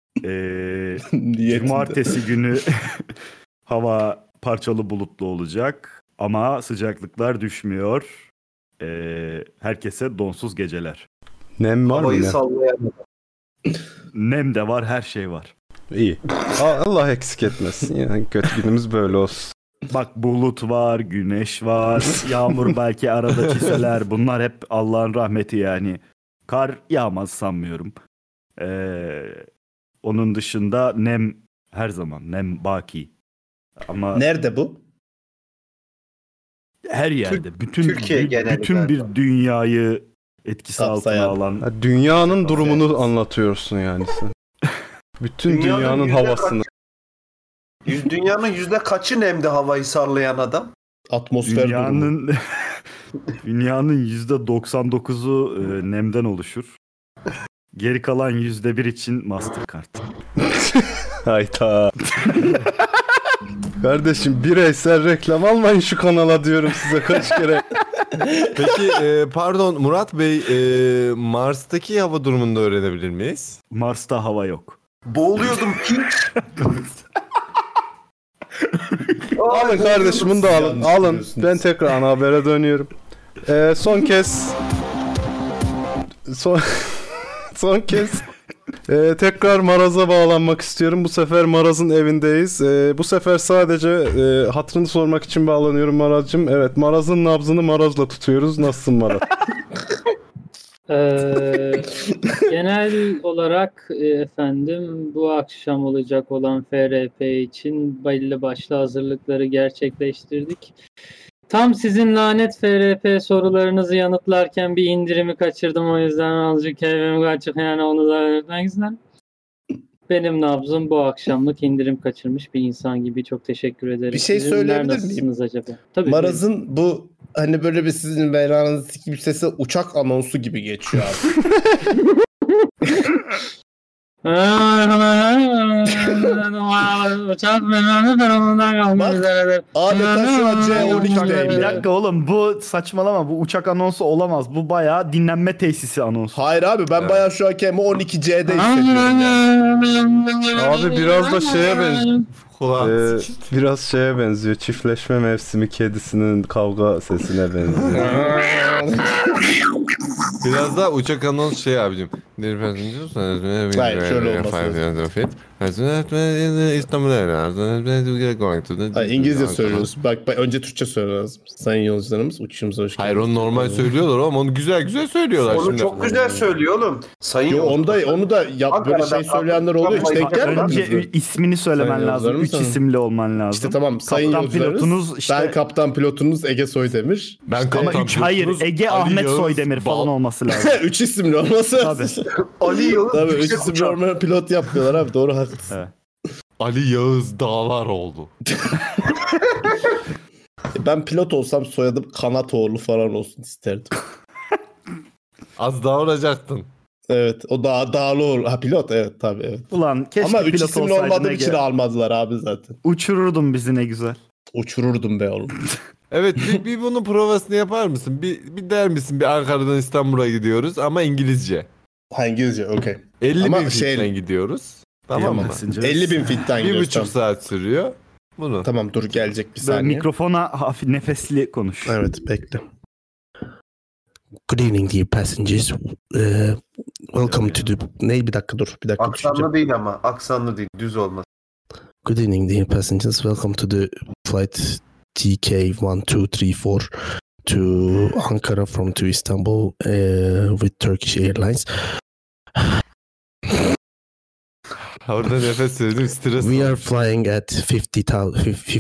E: Cumartesi günü hava parçalı bulutlu olacak ama sıcaklıklar düşmüyor. Herkese donsuz geceler.
C: Nem var mı?
F: Havayı
C: Ne?
F: sallayan.
E: Nem de var, her şey var.
C: İyi. Allah eksik etmesin. Yani kötü günümüz böyle olsun.
E: Bak, bulut var, güneş var, yağmur belki arada çiseler. Bunlar hep Allah'ın rahmeti yani. Kar yağmaz sanmıyorum. Onun dışında nem her zaman, nem baki. Ama
D: nerede bu?
E: Her yerde. Bütün
F: Türkiye geneli
E: bütün
F: galiba.
E: bir dünyayı etkisi altına alan.
C: Dünyanın durumunu anlatıyorsun yani sen. Bütün dünyanın havasını.
F: Dünyanın yüzde kaçı nemde havayı sarlayan adam?
D: Atmosfer
E: dünyanın dünyanın %99'u nemden oluşur. Geri kalan %1 için Mastercard.
C: Hayda. Kardeşim bireysel reklam almayın şu kanala diyorum size kaç kere.
B: Peki pardon Murat Bey, Mars'taki hava durumunu da öğrenebilir miyiz?
E: Mars'ta hava yok.
F: Boğuluyordum ki.
C: Alın kardeşim bunu da alın. Alın. Ben tekrar ana habere dönüyorum. Son kez tekrar Maraz'a bağlanmak istiyorum. Bu sefer Maraz'ın evindeyiz. Bu sefer sadece hatırını sormak için bağlanıyorum Maraz'cığım. Evet, Maraz'ın nabzını Maraz'la tutuyoruz. Nasılsın Maraz?
G: Genel olarak efendim bu akşam olacak olan FRP için belli başlı hazırlıkları gerçekleştirdik. Tam sizin lanet FRP sorularınızı yanıtlarken bir indirimi kaçırdım, o yüzden azıcık keyfim kaçık, yani onu da öğretmek istedim. Benim nabzım bu akşamlık indirim kaçırmış bir insan gibi. Çok teşekkür ederim.
D: Bir şey söyleyebilir miyim?
G: Acaba? Tabii.
D: Maraz'ın bu hani böyle bir sizin belanınız gibi sesi uçak anonsu gibi geçiyor abi.
G: Uçak fenomenal kalmak üzeredir.
D: Adeta şu an C12'deyim.
E: Bir dakika oğlum, bu saçmalama, bu uçak anonsu olamaz. Bu bayağı dinlenme tesisi anonsu.
D: Hayır abi, ben bayağı şu an kendimi 12C'de hissediyorum yani.
C: Abi biraz da şeye benziyor. Biraz şeye benziyor. Çiftleşme mevsimi kedisinin kavga sesine benziyor.
B: Biraz daha uçak anons şey abicim.
D: Hayır, şöyle olması lazım. İngilizce söylüyoruz. Bak önce Türkçe söylüyoruz. Sayın yolcularımız, uçuşumuza hoş geldiniz.
B: Hayır, onu normal söylüyorlar ama onu güzel güzel söylüyorlar.
F: Onu
B: şimdi.
F: çok güzel söylüyor oğlum. Sayın
D: onu da yap, böyle şey söyleyenler oluyor. Hiç denk gelmediniz mi?
E: Önce ismini söylemen lazım. 3 isimli olman lazım.
D: İşte tamam, sayın
E: kaptan
D: yolcularımız.
E: pilotunuz işte...
D: Ben kaptan pilotunuz Ege Soydemir.
B: Ben kaptan
E: hayır, Ege Ahmet Soydemir falan olması lazım.
D: 3 isimli olması lazım.
F: Ali Yağız.
D: Tabii 3 isimli olmayan pilot yapmıyorlar abi, doğru, haklısın.
E: Evet.
B: Ali Yağız dağlar oldu.
D: Ben pilot olsam soyadım Kanatoğlu falan olsun isterdim.
B: Az daha olacaktın.
D: Evet, o dağlı olur. Ha, pilot, evet tabii, evet.
E: Ulan keşke
D: ama 3
E: pilot
D: isimli
E: olsaydın
D: olmadığım
E: Ege.
D: için almadılar abi zaten.
E: Uçururdun bizi ne güzel.
D: Uçururdum be oğlum.
B: Evet, bir bunun provasını yapar mısın? Bir der misin, bir Ankara'dan İstanbul'a gidiyoruz ama İngilizce.
D: Ha, İngilizce, okey.
B: 50 bin fitten gidiyoruz. Tamam mı?
D: 50 bin fitten gidiyoruz.
B: 1,5 saat sürüyor. Bunu.
D: Tamam, dur gelecek bir
E: Böyle
D: saniye.
E: mikrofona hafif nefesli konuş.
D: Evet, bekle.
L: Good evening dear passengers. Welcome to the... Bir dakika dur.
F: Aksanlı değil ama. Aksanlı değil. Düz olmaz.
L: Good evening dear passengers. Welcome to the flight TK1234 to Ankara to Istanbul with Turkish Airlines.
B: Orada nefes söyledim, stres.
L: We are flying at 50,000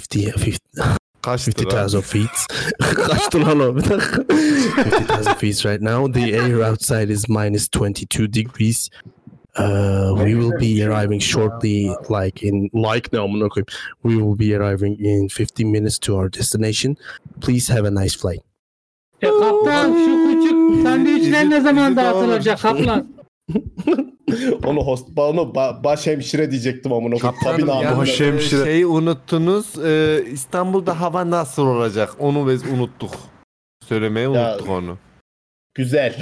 L: feet. Kaçtı lan o? 50,000 feet right now. The air outside is minus 22 degrees. We will be arriving shortly, we will be arriving in 15 minutes to our destination. Please have a nice flight.
G: Kaptan, şu küçük sandviçler ne zaman dağıtılacak kaplan?
D: Onu baş hemşire diyecektim amına koyayım.
B: Baş hemşire. Şeyi unuttunuz. İstanbul'da hava nasıl olacak? Onu biz unuttuk. Söylemeyi unuttuk onu.
D: Güzel.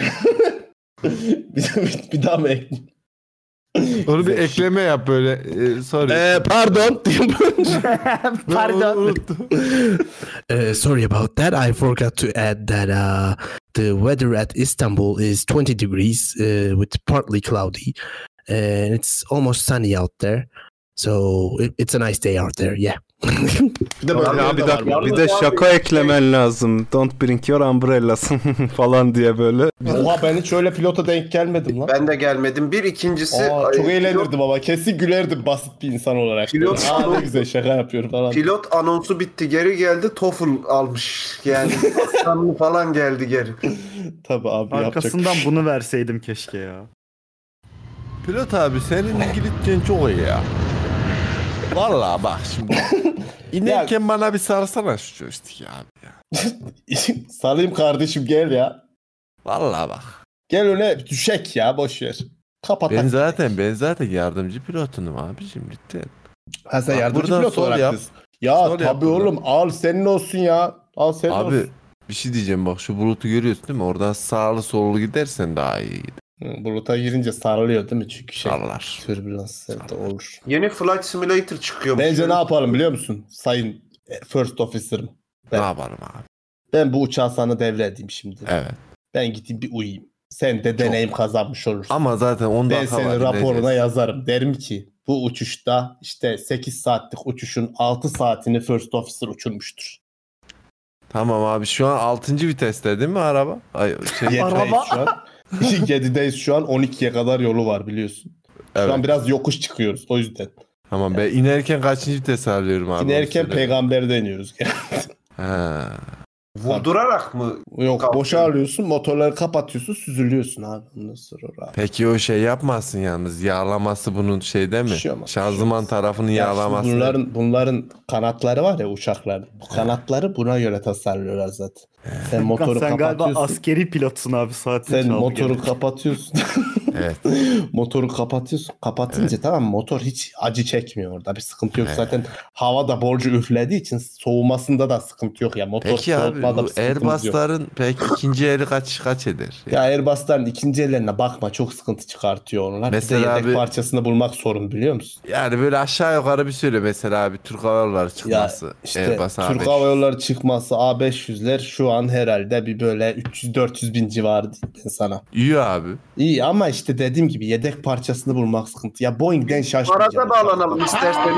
D: bir daha mı ekleyeyim?
B: Onu bir ekleme yap böyle.
D: Pardon.
E: Pardon.
L: Sorry about that. I forgot to add that the weather at Istanbul is 20 degrees with partly cloudy. And it's almost sunny out there. So it's a nice day out there. Yeah.
C: Bir de şaka eklemen lazım. Don't bring your umbrellas falan diye böyle.
D: Oha, ben hiç öyle pilota denk gelmedim lan.
F: Ben de gelmedim. İkincisi...
D: çok eğlenirdim ama. Kesin gülerdim basit bir insan olarak. Ne güzel şaka yapıyorum falan.
F: Pilot anonsu bitti. Geri geldi. TOEFL almış. Yani falan geldi geri.
D: Tabii abi
E: Arkasından bunu verseydim keşke ya.
I: Pilot abi senin İngilizcen çok iyi ya. Vallahi bak şimdi. İnerken bana bir sarsana şu joystick'i abi ya.
D: Salayım kardeşim gel ya.
I: Vallahi bak.
D: Gel öne düşek ya boş ver. Kapat.
I: Ben zaten yardımcı pilotunum abicim lütfen.
D: Ha sen
I: Bak,
D: yardımcı
I: buradan
D: pilot
I: sol
D: olarak
I: yap.
D: diyorsun. Ya
I: Sol yap
D: tabii
I: buradan.
D: oğlum al senin olsun ya. Al senin
I: Abi
D: olsun.
I: bir şey diyeceğim bak şu bulutu görüyorsun değil mi? Oradan sağlı sollu gidersen daha iyi gider.
D: Buluta girince sarılıyor değil mi? Çünkü
I: Sarılar.
D: Türbülans evet, olur.
F: Yeni Flight Simulator çıkıyor.
D: Bence ne yapalım biliyor musun? Sayın First Officer'ım.
I: Ne yapalım abi?
D: Ben bu uçağı sana devredeyim şimdi.
I: Evet.
D: Ben gideyim bir uyuyayım. Sen de deneyim kazanmış olursun.
I: Ama zaten 10
D: Ben
I: dakika
D: senin
I: var,
D: raporuna
I: gideceğiz.
D: yazarım. Derim ki bu uçuşta işte 8 saatlik uçuşun 6 saatini First Officer uçurmuştur.
I: Tamam abi şu an 6. viteste değil mi araba? Ay,
D: Araba. Şu an 7'deyiz şu an 12'ye kadar yolu var biliyorsun.
I: Evet.
D: Şu an biraz yokuş çıkıyoruz o yüzden.
I: Tamam ben inerken kaçıncı vites alıyorum abi?
D: İnerken
I: onu söyle.
D: peygamberi deniyoruz.
I: Ha.
F: Vurdurarak mı?
D: Yok boşa alıyorsun motorları kapatıyorsun süzülüyorsun abi. Ondan sonra abi.
I: Peki o şey yapmasın yalnız yağlaması bunun şeyde mi?
D: şey olmaz,
I: Şanzıman tarafını
D: Ya
I: yağlaması.
D: şimdi bunların kanatları var ya uçakların. Bu kanatları buna göre tasarlıyorlar zaten. Sen motoru
E: Sen galiba
D: kapatıyorsun.
E: askeri pilotsun abi saatini
D: Sen
E: çaldı
D: motoru
E: gene.
D: kapatıyorsun.
I: Evet.
D: Motoru kapatıyorsun. Kapatınca tamam motor hiç acı çekmiyor orada. Bir sıkıntı yok. Zaten hava da bolca üflediği için soğumasında da sıkıntı yok ya. Motor
I: Peki abi
D: soğutmada
I: bu
D: bir sıkıntımız yok.
I: Airbus'ların peki ikinci eli kaç eder?
D: Ya Airbus'ların ikinci ellerine bakma çok sıkıntı çıkartıyor onlar.
I: Mesela
D: Mesela yedek
I: abi-
D: parçasını bulmak sorun biliyor musun?
I: Yani böyle aşağı yukarı bir süre mesela abi Türk Hava Yolları çıkması.
D: Ya işte
I: Airbus
D: Türk
I: A500.
D: Hava Yolları çıkması A500'ler şu an herhalde bir böyle 300-400 bin civarı diyeyim ben sana.
I: İyi abi.
D: İyi ama işte dediğim gibi yedek parçasını bulmak sıkıntı. Ya Boeing'den şaşmayacağım.
F: Arada bağlanalım isterseniz.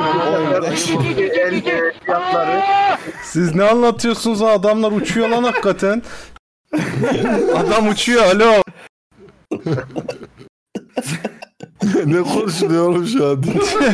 F: El fiyatları.
C: Siz ne anlatıyorsunuz ha? Adamlar uçuyor lan hakikaten. Adam uçuyor alo.
B: Ne konuşuluyor oğlum şu an?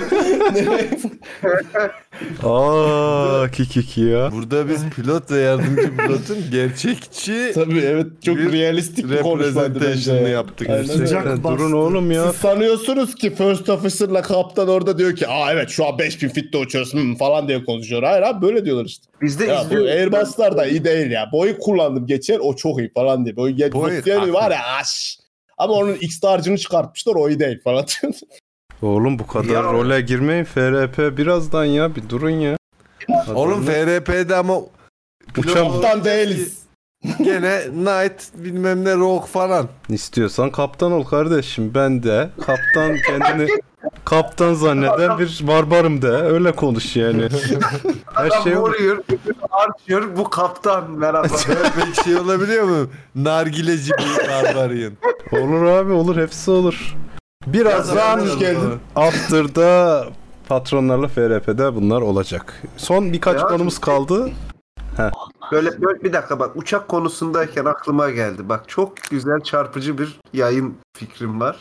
C: Aa kiki ya.
I: Burada biz pilot ve yardımcı pilotun gerçekçi
D: Tabii evet çok
I: bir
D: realistik bir konuşmaydı bence.
I: representation'ını yaptık.
D: Aynen öyle.
C: Gerçekten durun oğlum ya.
D: Siz sanıyorsunuz ki First Officer'la kaptan orada diyor ki evet şu an 5000 fitte uçuyoruz falan diye konuşuyor. Hayır abi böyle diyorlar işte.
F: Biz de
D: Ya bu
F: izliyoruz.
D: Airbus'lar da iyi değil ya. Boeing kullandım geçen o çok iyi falan diye. Boeing
I: Boeing,
D: var ya aş. Ama onun X-Targe'ını çıkartmışlar o iyi değil falan diyor.
C: Oğlum bu kadar role girmeyin. FRP birazdan ya bir durun ya.
I: Oğlum FRP'de ama
D: Kaptan değiliz.
I: gene Knight bilmem ne Rogue falan.
C: İstiyorsan kaptan ol kardeşim. Ben de kaptan kendini kaptan zanneden bir barbarım de. Öyle konuş yani. Her
F: Adam
C: şey olur.
F: vuruyor, artıyor. Bu kaptan merhaba.
I: Pek şey olabiliyor mu? Nargileci bir barbarıyın.
C: Olur abi olur. Hepsi olur. Birazdan
D: Hoş geldin.
C: After'da patronlarla FRP'de bunlar olacak. Son birkaç
F: Ya.
C: konumuz kaldı.
F: Böyle bir dakika bak uçak konusundayken aklıma geldi. Bak çok güzel çarpıcı bir yayın fikrim var.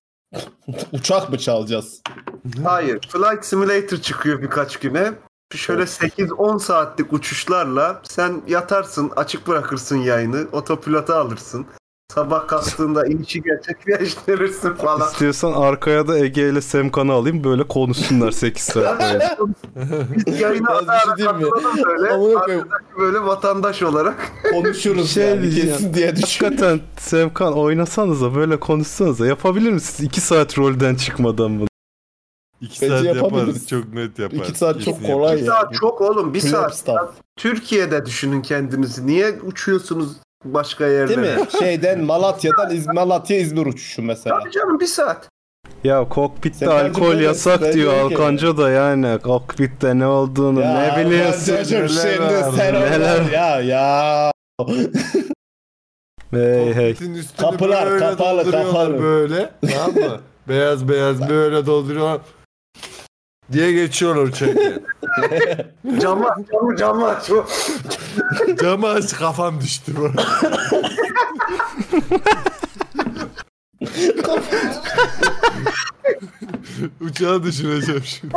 D: Uçak mı çalacağız?
F: Hayır. Flight Simulator çıkıyor birkaç güne. Şöyle 8-10 saatlik uçuşlarla sen yatarsın, açık bırakırsın yayını, otopilota alırsın. Sabah kalktığında inişi gerçekleştirirsin falan.
C: İstiyorsan arkaya da Ege ile Semkan'ı alayım böyle konuşsunlar 8 saat boyunca.
F: Biz yayına
D: Yalnız bir
F: ara
D: şey
F: ara
D: diyeyim mi?
F: katılalım böyle.
D: Amına koyayım.
F: Arkadaki böyle vatandaş olarak.
D: Konuşuruz
C: Şey
D: yani
C: diyeceğim.
D: kesin diye düşünüyorum.
C: Hakikaten Semkan oynasanıza böyle konuşsanıza. Yapabilir misiniz? 2 saat rolden çıkmadan bunu.
I: 2
D: Bence
I: saat
D: yapabiliriz.
I: yaparız. Çok net yaparız.
D: 2 saat çok
I: Kesin
D: kolay
F: Bir
D: ya.
F: saat çok oğlum. Bir
D: Flap
F: saat.
D: stuff.
F: Türkiye'de düşünün kendinizi. Niye uçuyorsunuz başka yerlere?
D: Değil mi? Şeyden Malatya İzmir uçuşu mesela.
F: Tabii canım bir saat.
C: Ya kokpitte
D: Semkancığım
C: alkol
D: böyle-
C: yasak
D: ben
C: diyor
D: diyorum ki-
C: Alkanca da yani. Kokpitte ne olduğunu ne biliyorsun.
D: Alpancacığım, şimdi
I: var,
D: sen
C: neler-
D: oradan ya.
C: Hey hey.
I: Kokpitin üstünü
D: Kapılar,
I: böyle
D: kapalı,
I: dolduruyorlar
D: kapalı.
I: Böyle. Tamam mı? Beyaz beyaz böyle dolduruyorlar. Diye geçiyorlar uçakta.
F: Camı aç.
I: Camı aç kafam düştü bu. Uçağı düşüneceğim şimdi.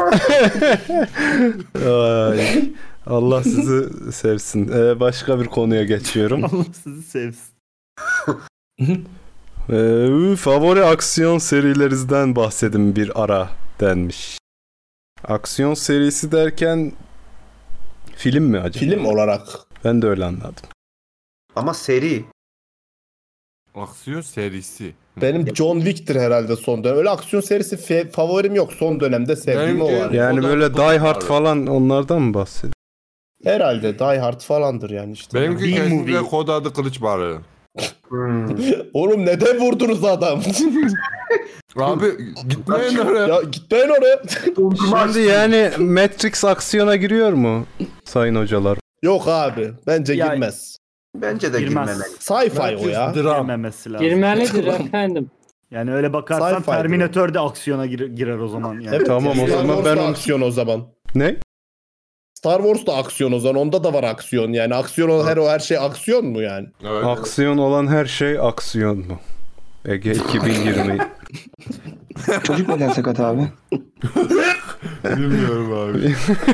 C: Ay, Allah sizi sevsin. Başka bir konuya geçiyorum.
E: Allah sizi sevsin.
C: Favori aksiyon serilerinizden bahsedin bir ara denmiş. Aksiyon serisi derken film mi acaba?
D: Film olarak.
C: Ben de öyle anladım.
F: Ama seri.
I: Aksiyon serisi.
D: Benim John Wick'tir herhalde son dönem. Öyle aksiyon serisi favorim yok. Son dönemde sevdiğim o var.
C: Yani böyle Die Hard falan onlardan mı bahsediyorsun?
D: Herhalde Die Hard falandır yani işte.
B: Benimki kesinlikle kod adı Kılıç Balığı.
D: Oğlum neden vurdunuz adam?
B: Abi gitmeyin oraya.
D: Ya gitmeyin oraya.
C: Şimdi yani Matrix aksiyona giriyor mu sayın hocalar?
D: Yok abi. Bence
E: Ya-
D: girmez.
F: Bence de
E: Girmez.
F: girmemeli.
D: Sci-fi o ya.
E: Girmemesi lazım.
G: Girmelidir efendim.
E: Yani öyle bakarsan
D: Sci-fi
E: Terminator de aksiyona girer o zaman. Yani.
D: Evet,
C: Tamam, o
D: Star
C: zaman
D: Wars
C: ben
D: da
C: onu-
D: aksiyon o zaman.
C: Ne?
D: Star Wars da aksiyon o zaman. Onda da var aksiyon yani. Aksiyon olan her şey aksiyon mu yani?
B: Evet.
C: Aksiyon olan her şey aksiyon mu? Ege 2020.
H: Çocuk neden sakat abi?
B: Bilmiyorum abi.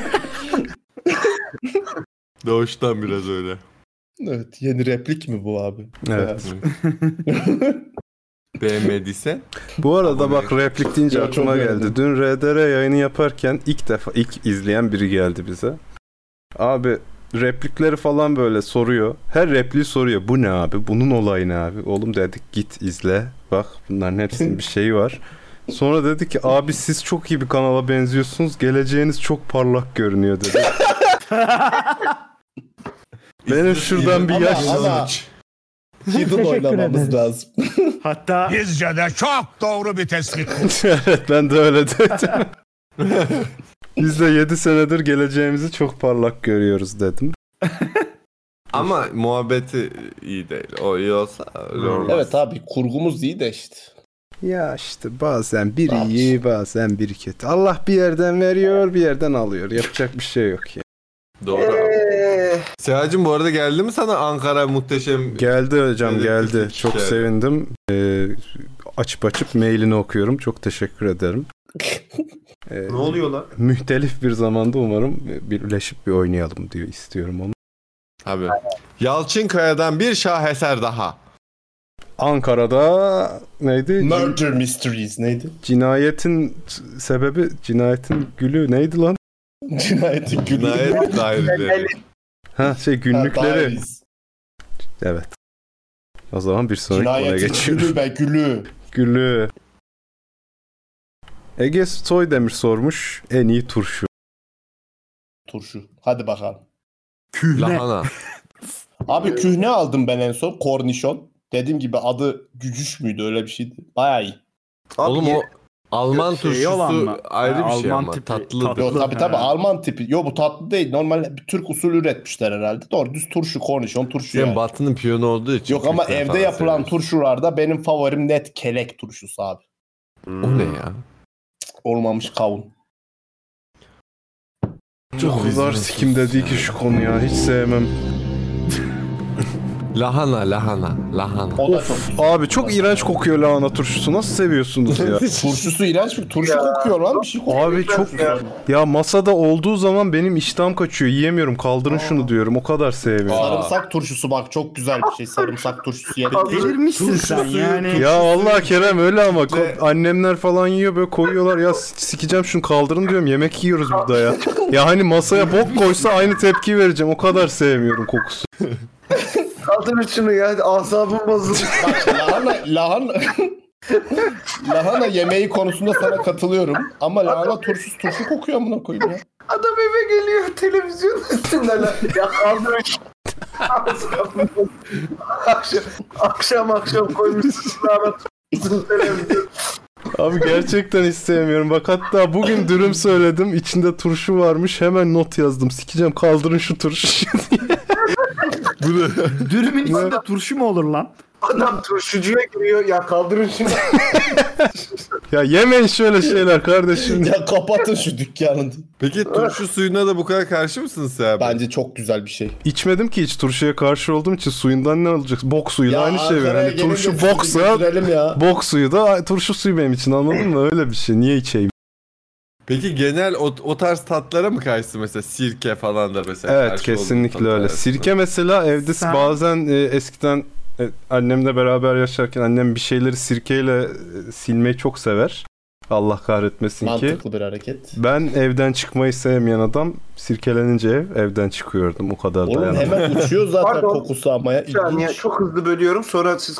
B: Doğuştan biraz öyle.
D: Evet. Yeni replik mi bu abi?
C: Evet.
B: Beğenmediysen.
C: Bu arada bak replik deyince
D: Ya,
C: aklıma
D: çok
C: geldi.
D: beğendim.
C: Dün RDR yayını yaparken ilk izleyen biri geldi bize. Abi replikleri falan böyle soruyor. Her repliği soruyor. Bu ne abi? Bunun olayı ne abi? Oğlum dedik git izle. Bak bunların hepsinin bir şeyi var. Sonra dedi ki abi siz çok iyi bir kanala benziyorsunuz. Geleceğiniz çok parlak görünüyor dedi. Benim şuradan bir
D: Ama-
C: yaş...
D: ama- Hidden oynamamız lazım.
E: Hatta
M: Bizce de çok doğru bir tespit.
C: Evet ben de öyle dedim. Biz de 7 senedir geleceğimizi çok parlak görüyoruz dedim.
B: Ama muhabbeti iyi değil. O iyi olsa öyle olmaz.
D: Evet abi kurgumuz iyi de işte.
C: Ya işte bazen biri iyi bazen biri kötü. Allah bir yerden veriyor bir yerden alıyor. Yapacak bir şey yok ya.
B: Doğru abi. Sehacım bu arada geldi mi sana Ankara muhteşem?
C: Geldi hocam
B: Evet,
C: geldi.
B: evet,
C: Çok
B: geldi.
C: sevindim. Açıp mailini okuyorum. Çok teşekkür ederim.
F: Ne oluyor lan?
C: Mühtelif bir zamanda umarım birleşip bir oynayalım diyor istiyorum onu.
B: Abi. Yalçınkaya'dan bir şaheser daha.
C: Ankara'da neydi?
D: Murder Mysteries neydi?
C: Cinayetin sebebi, cinayetin gülü neydi lan?
D: Cinayetin gülü.
B: Cinayet daireleri.
C: Günlükleri. Evet. O zaman bir sonraki konuya
D: Cinayetin
C: geçiyorum.
D: gülü be gülü.
C: Gülü. Ege Soydemir sormuş. En iyi turşu.
D: Turşu. Hadi bakalım.
B: Lahana.
D: Abi kühne aldım ben en son. Kornişon. Dediğim gibi adı Gücüş müydü öyle bir şeydi. Bayağı iyi.
B: Oğlum o Alman
E: Şey
B: turşusu
E: olan mı?
B: ayrı bir şey
E: Alman
B: ama
E: tipi,
B: tatlıdır.
D: Yo tabii
E: He.
D: Alman tipi. Yo bu tatlı değil. Normal bir Türk usulü üretmişler herhalde. Doğru düz turşu, kornişon turşu
B: Sen
D: yani.
B: Batı'nın piyonu olduğu için.
D: Yok ama
B: Türkler
D: evde
B: falan
D: yapılan
B: seviyorsun.
D: turşularda benim favorim net kelek turşusu abi.
B: O ne ya?
D: Olmamış kavun.
C: Çok kadar sikim dediği ki şu konu ya. Hiç sevmem.
B: Lahana.
D: O da çok
C: Abi çok iğrenç kokuyor lahana turşusu. Nasıl seviyorsunuz ya?
D: turşusu iğrenç bir turşu kokuyor lan bir şey kokuyor.
C: Abi çok ya masada olduğu zaman benim iştahım kaçıyor. Yiyemiyorum. Kaldırın şunu diyorum. O kadar sevmiyorum.
D: Sarımsak turşusu bak çok güzel bir şey. Sarımsak turşusu yedik.
E: delirmişsin sen yani.
C: Ya vallahi Kerem öyle ama annemler falan yiyor böyle koyuyorlar ya sikeceğim şunu kaldırın diyorum yemek yiyoruz burada ya. Ya hani masaya bok koysa aynı tepki vereceğim o kadar sevmiyorum kokusu.
F: Kaldırın şunu ya. Asabım bozuldu.
D: Bak lahana yemeği konusunda sana katılıyorum. Ama lahana turşu kokuyor amına koyayım ya.
F: Adam eve geliyor televizyonun üstünden. Ya kaldırın şunu. akşam koymuşsun. Televizyon.
C: Abi gerçekten hiç sevmiyorum. Bak hatta bugün dürüm söyledim. İçinde turşu varmış. Hemen not yazdım. Sikeceğim kaldırın şu turşuyu diye.
E: Dürümün içinde turşu mu olur lan?
F: Adam turşucuya giriyor. Ya kaldırın şunu.
C: Ya yemeyin şöyle şeyler kardeşim.
D: Ya kapatın şu dükkanını.
B: Peki turşu suyuna da bu kadar karşı mısın sen?
D: Bence çok güzel bir şey.
C: İçmedim ki hiç turşuya karşı olduğum için suyundan ne olacak? Bok suyu da aynı şey.
D: Ankara'ya
C: Yani turşu
D: gelince sizi
C: boksa
D: götürelim ya.
C: bok suyu da turşu suyu benim için anladın mı? Öyle bir şey. Niye içeyim?
B: Peki genel o tarz tatlara mı karşısın mesela sirke falan da mesela?
C: Evet
B: karşı
C: kesinlikle
B: olduğun
C: öyle.
B: tatlar arasında?
C: Sirke mesela evde
E: Sen-
C: bazen eskiden annemle beraber yaşarken annem bir şeyleri sirkeyle silmeyi çok sever. Allah kahretmesin ki.
D: Mantıklı bir hareket.
C: Ben evden çıkmayı sevmeyen adam sirkelenince evden çıkıyordum. O kadar
D: Oğlum
C: dayanamam.
D: hemen uçuyor zaten
F: Pardon.
D: kokusu ama ya.
F: Bir saniye,
D: İlginç.
F: çok hızlı bölüyorum. Sonra siz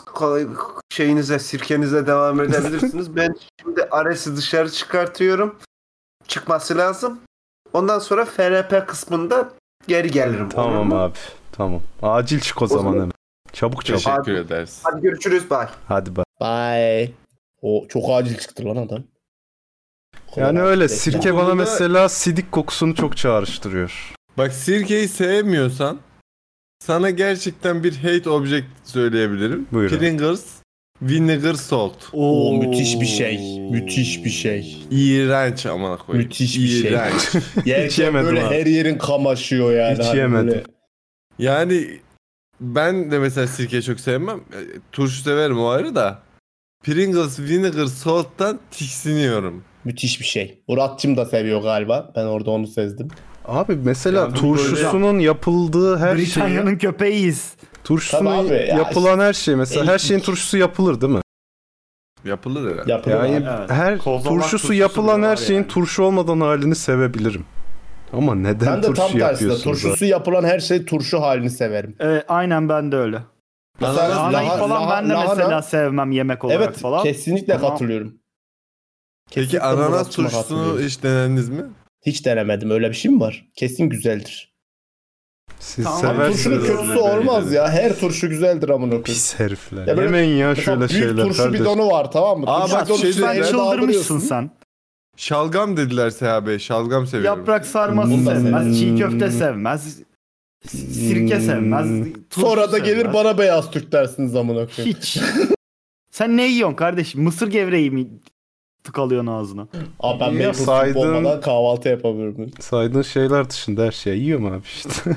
F: sirkenize devam edebilirsiniz. Ben şimdi Ares'i dışarı çıkartıyorum. Çıkması lazım. Ondan sonra FRP kısmında geri gelirim.
C: Tamam abi. Tamam. Acil çık o zaman hemen. Çabuk.
B: Teşekkür ederiz.
F: Hadi görüşürüz. Bye.
C: Hadi bak.
D: Bye. O çok acil çıktı lan adam.
C: Yani öyle
D: Bekle.
C: sirke
B: Bu
C: bana
B: konuda-
C: mesela sidik kokusunu çok çağrıştırıyor.
B: Bak sirkeyi sevmiyorsan sana gerçekten bir hate object söyleyebilirim.
C: Buyurun.
B: Pringles Vinegar Salt.
D: Oo, müthiş bir şey. Müthiş bir şey.
B: İğrenç amına koyayım.
D: Müthiş bir şey.
B: İğrenç.
C: Hiç
D: Yerken
C: yemedim
D: böyle
C: abi.
D: her yerin kamaşıyor yani.
C: Hiç
D: Hani
C: yemedim.
D: böyle-
B: Yani ben de mesela sirkeyi çok sevmem. Turşu severim o ayrı da. Pringles Vinegar Salt'tan tiksiniyorum.
D: Müthiş bir şey. Muratçım da seviyor galiba. Ben orada onu sezdim.
C: Abi mesela
B: Ya bu
C: turşusunun yapıldığı her şey.
E: Britanya'nın köpeğiyiz.
C: Turşusunun
D: Tabii abi, ya
C: yapılan her şey mesela her şeyin turşusu yapılır değil mi?
B: Yapılır herhalde.
D: Yapılır
C: Yani
D: abi.
E: Evet.
C: her
E: Kozalak
C: turşusu
E: turşusu
C: yapılan
E: bile
C: her
E: var
C: şeyin
E: yani.
C: turşu olmadan halini sevebilirim. Ama neden
D: Ben de tam
C: turşu
D: tersine.
C: yapıyorsunuz?
D: Turşusu yapılan her şey turşu halini severim.
E: Aynen ben de öyle.
D: Mesela
E: Lahanayı falan ben de
D: lahana-
E: mesela sevmem yemek olarak
D: Evet,
E: falan.
D: kesinlikle
E: Ama-
D: katılıyorum.
B: Peki
D: Kesinlikle
B: ananas
D: Muratçım'a
B: turşusunu
D: katılıyorum.
B: hiç denediniz mi?
D: Hiç denemedim. Öyle bir şey mi var? Kesin güzeldir.
C: Siz
E: Tamam,
C: seversiniz.
D: Turşunun kötüsü olmaz ya. Her turşu güzeldir amına koyayım.
C: Pis herifler.
D: Ya böyle-
C: Yemeyin ya
D: Mesela
C: şöyle
D: büyük
C: şeyler
D: turşu
C: kardeşim.
D: bidonu var, tamam mı?
B: Aa,
D: Turşu
B: bak,
D: bidonu
B: şey
D: üstüne
B: dediler,
D: evde
E: Çıldırmışsın
D: daldırıyorsun.
E: sen.
B: Şalgam dediler Seha Bey. Şalgam seviyorum.
E: Yaprak sarması
D: Bunu da
E: sevmez,
D: sevmem.
E: çiğ köfte sevmez, sirke sevmez. turşu
D: Sonra da gelir
E: sevmez.
D: bana beyaz Türk dersiniz amına koyayım.
E: Hiç. Sen ne yiyorsun kardeşim? Mısır gevreği mi tıkalıyorsun ağzına?
D: Abi ben
C: Ya
D: maple syrup
C: saydığın-
D: olmadan kahvaltı yapamıyorum.
C: Saydığın şeyler dışında her şeyi yiyorum abi işte.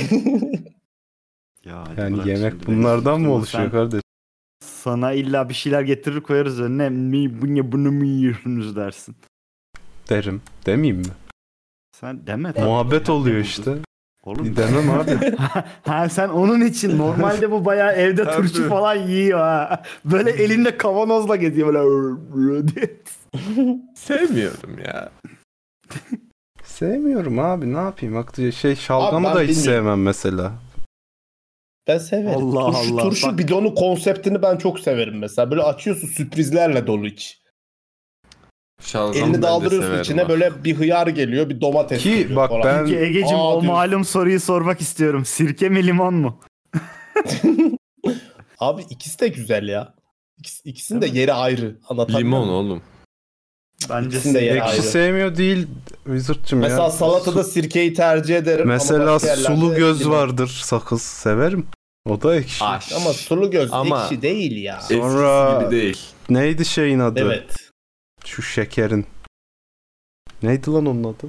E: Ya,
C: Yani yemek bunlardan mı oluşuyor kardeş?
E: Sana illa bir şeyler getirir koyarız önüne. Bunu mu yiyorsunuz dersin.
C: Derim. Demeyeyim mi?
E: Sen deme.
C: Muhabbet oluyor işte.
E: Oğlum.
C: Demem abi.
E: Ha sen onun için. Normalde bu bayağı evde
B: Tabii.
E: turşu falan yiyor ha. Böyle elinde kavanozla geziyor böyle diye.
B: Sevmiyorum ya.
C: Sevmiyorum abi ne yapayım? Şalgamı
D: Abi
C: da
D: ben
C: hiç
D: bilmiyorum.
C: sevmem mesela.
D: Ben severim.
E: Allah
D: turşu,
E: Allah,
D: turşu
E: bak.
D: bidonu konseptini ben çok severim mesela. Böyle açıyorsun, sürprizlerle dolu iç.
B: Şalgam ben
D: Elini
B: de
D: daldırıyorsun
B: severim
D: içine,
B: bak.
D: böyle bir hıyar geliyor, bir domates
C: Ki
D: geliyor
C: bak
D: falan.
C: ben-
E: Peki Egeciğim
D: Aa,
E: o
D: diyorsun.
E: malum soruyu sormak istiyorum. Sirke mi limon mu?
D: Abi ikisi de güzel ya. İkisinin de yeri ayrı. Anlatabiliyor
B: Limon
D: muyum?
B: oğlum.
E: Bence
D: İkisinin de yeri
C: Ekşi
D: ayrı.
C: sevmiyor değil Wizard'cığım ya.
D: Mesela salatada sirkeyi tercih ederim. ama
C: Mesela
D: başka yerlerde
C: sulu göz
D: limon.
C: vardır sakız severim. O da ekşi.
B: Aş.
D: Ama sulu göz
B: Ama-
D: ekşi değil ya.
C: Sonra-
B: Eskisi gibi değil.
C: Neydi şeyin adı?
D: Evet.
C: Şu şekerin. Neydi lan onun adı?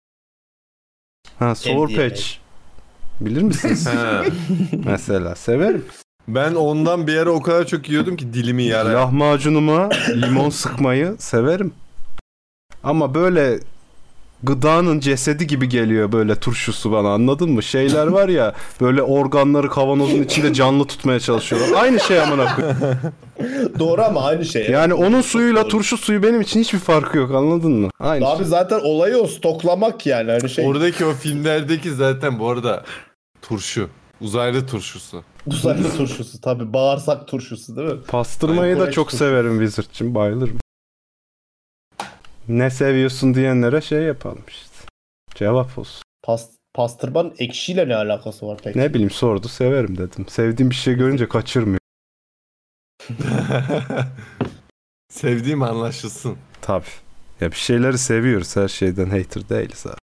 C: Ha Sour
D: MDMA.
C: Patch. Bilir misiniz?
B: He.
C: Mesela severim.
B: Ben ondan bir ara o kadar çok yiyordum ki dilimi yarar.
C: Lahmacunuma limon sıkmayı severim. Ama böyle gıdanın cesedi gibi geliyor böyle turşusu bana, anladın mı? Şeyler var ya böyle organları kavanozun içinde canlı tutmaya çalışıyorlar. Aynı şey amına koyayım.
D: Doğru ama aynı şey.
C: Yani
D: Evet.
C: onun suyuyla
D: Doğru.
C: turşu suyu benim için hiçbir farkı yok, anladın mı? Aynı
D: Abi
C: şey.
D: zaten olayı o, stoklamak yani. Hani şey.
B: Oradaki o filmlerdeki zaten bu arada turşu. Uzaylı turşusu.
D: Uzaylı turşusu tabii. Bağırsak turşusu değil mi?
C: Pastırmayı da
D: Kokoreç
C: çok
D: turşusu.
C: severim Wizard'cığım, bayılırım. Ne seviyorsun diyenlere şey yapalım işte. Cevap olsun.
D: Pastırmanın ekşiyle ne alakası var peki?
C: Ne bileyim, sordu, severim dedim. Sevdiğim bir şey görünce kaçırmıyor.
B: Sevdiğim anlaşılsın.
C: Tabii. Ya bir şeyleri seviyoruz, her şeyden hater değiliz abi.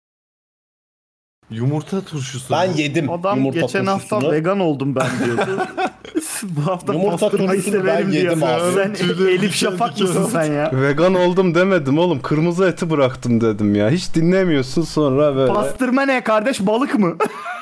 B: Yumurta turşusu.
D: Ben yedim
E: Adam
D: yumurta
E: geçen
D: turşusunu.
E: hafta vegan oldum ben diyordu. Bu hafta
D: Yumurta
E: pastırmayı
D: turşusunu ben
E: severim diyor.
D: yedim abi.
E: Sen
B: Tüylerim
E: Elif
B: diken
E: Şafak
B: diken
E: mısın
B: oldu.
E: sen ya?
C: Vegan oldum demedim oğlum. Kırmızı eti bıraktım dedim ya. Hiç dinlemiyorsun sonra böyle.
E: Pastırma ne kardeş, balık mı?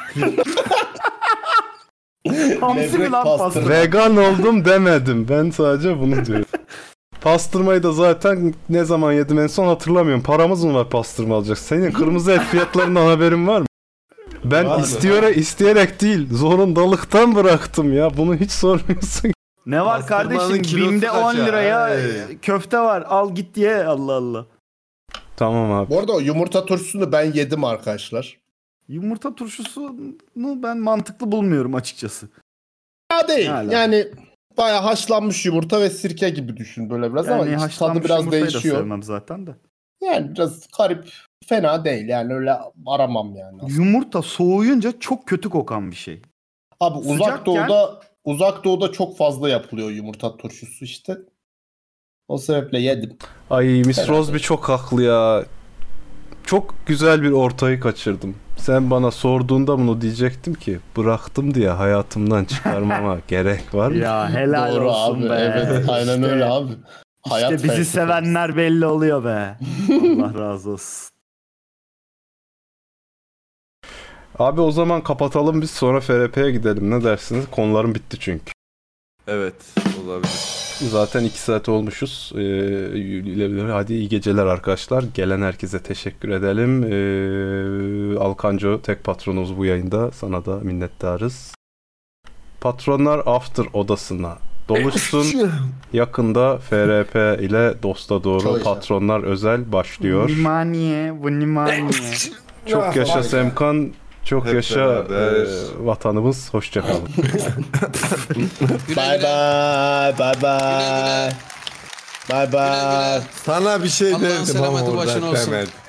E: Hamsi mi
D: Levrek
E: lan
D: pastırma.
E: pastırma?
C: Vegan oldum demedim. Ben sadece bunu diyorum. Pastırmayı da zaten ne zaman yedim en son hatırlamıyorum. Paramız mı var pastırma alacak? Senin kırmızı et fiyatlarından haberin var mı? Ben
B: Var mı?
C: isteyerek değil, zorundalıktan bıraktım ya. Bunu hiç sormuyorsun.
E: Ne var
B: Pastırmanın
E: kardeşim?
B: kilosu
E: BİM'de
B: kaç
E: 10
B: ya?
E: liraya
B: Hey.
E: köfte var. Al git ye. Allah Allah.
C: Tamam abi.
D: Bu arada o yumurta turşusunu ben yedim arkadaşlar.
E: Yumurta turşusunu ben mantıklı bulmuyorum açıkçası.
D: Ya değil.
E: Hala.
D: Yani bayağı haşlanmış yumurta ve sirke gibi düşün böyle biraz
E: Yani
D: ama tadı
E: haşlanmış
D: biraz
E: yumurtayı da
D: değişiyor.
E: sevmem zaten de.
D: Yani biraz garip, fena değil yani öyle aramam yani. aslında.
E: Yumurta soğuyunca çok kötü kokan bir şey.
D: Abi
E: Sıcakken-
D: uzak doğuda çok fazla yapılıyor yumurta turşusu işte. O sebeple yedim.
C: Ay Miss
D: Herhalde.
C: Rosby çok haklı ya. Çok güzel bir ortayı kaçırdım. Sen bana sorduğunda bunu diyecektim ki bıraktım diye hayatımdan çıkarmama gerek var mı?
E: Ya helal
D: Doğru
E: olsun
D: abi.
E: be.
D: Evet, aynen
E: İşte-
D: öyle abi. Hayat
E: İşte bizi
D: felsefesi.
E: sevenler belli oluyor be. Allah razı olsun.
C: Abi o zaman kapatalım biz sonra FRP'ye gidelim. Ne dersiniz? Konularım bitti çünkü.
B: Evet olabilir.
C: Zaten 2 saat olmuşuz. Hadi iyi geceler arkadaşlar. Gelen herkese teşekkür edelim. Alkanco tek patronumuz bu yayında. Sana da minnettarız. Patronlar After odasına doluşsun. Yakında FRP ile Dosta Doğru
D: Çok
C: patronlar özel başlıyor.
E: Nimaniye, bu nimaniye.
C: Çok yaşa Semkan. Çok
B: Hep
C: yaşa
B: beraber.
C: vatanımız. Hoşçakalın.
D: Bye bye. Bye bye. Bye bye.
B: Sana bir şey
N: Allah'ın
B: derdim ama
N: selameti
B: orada
N: başına olsun.
B: demedim.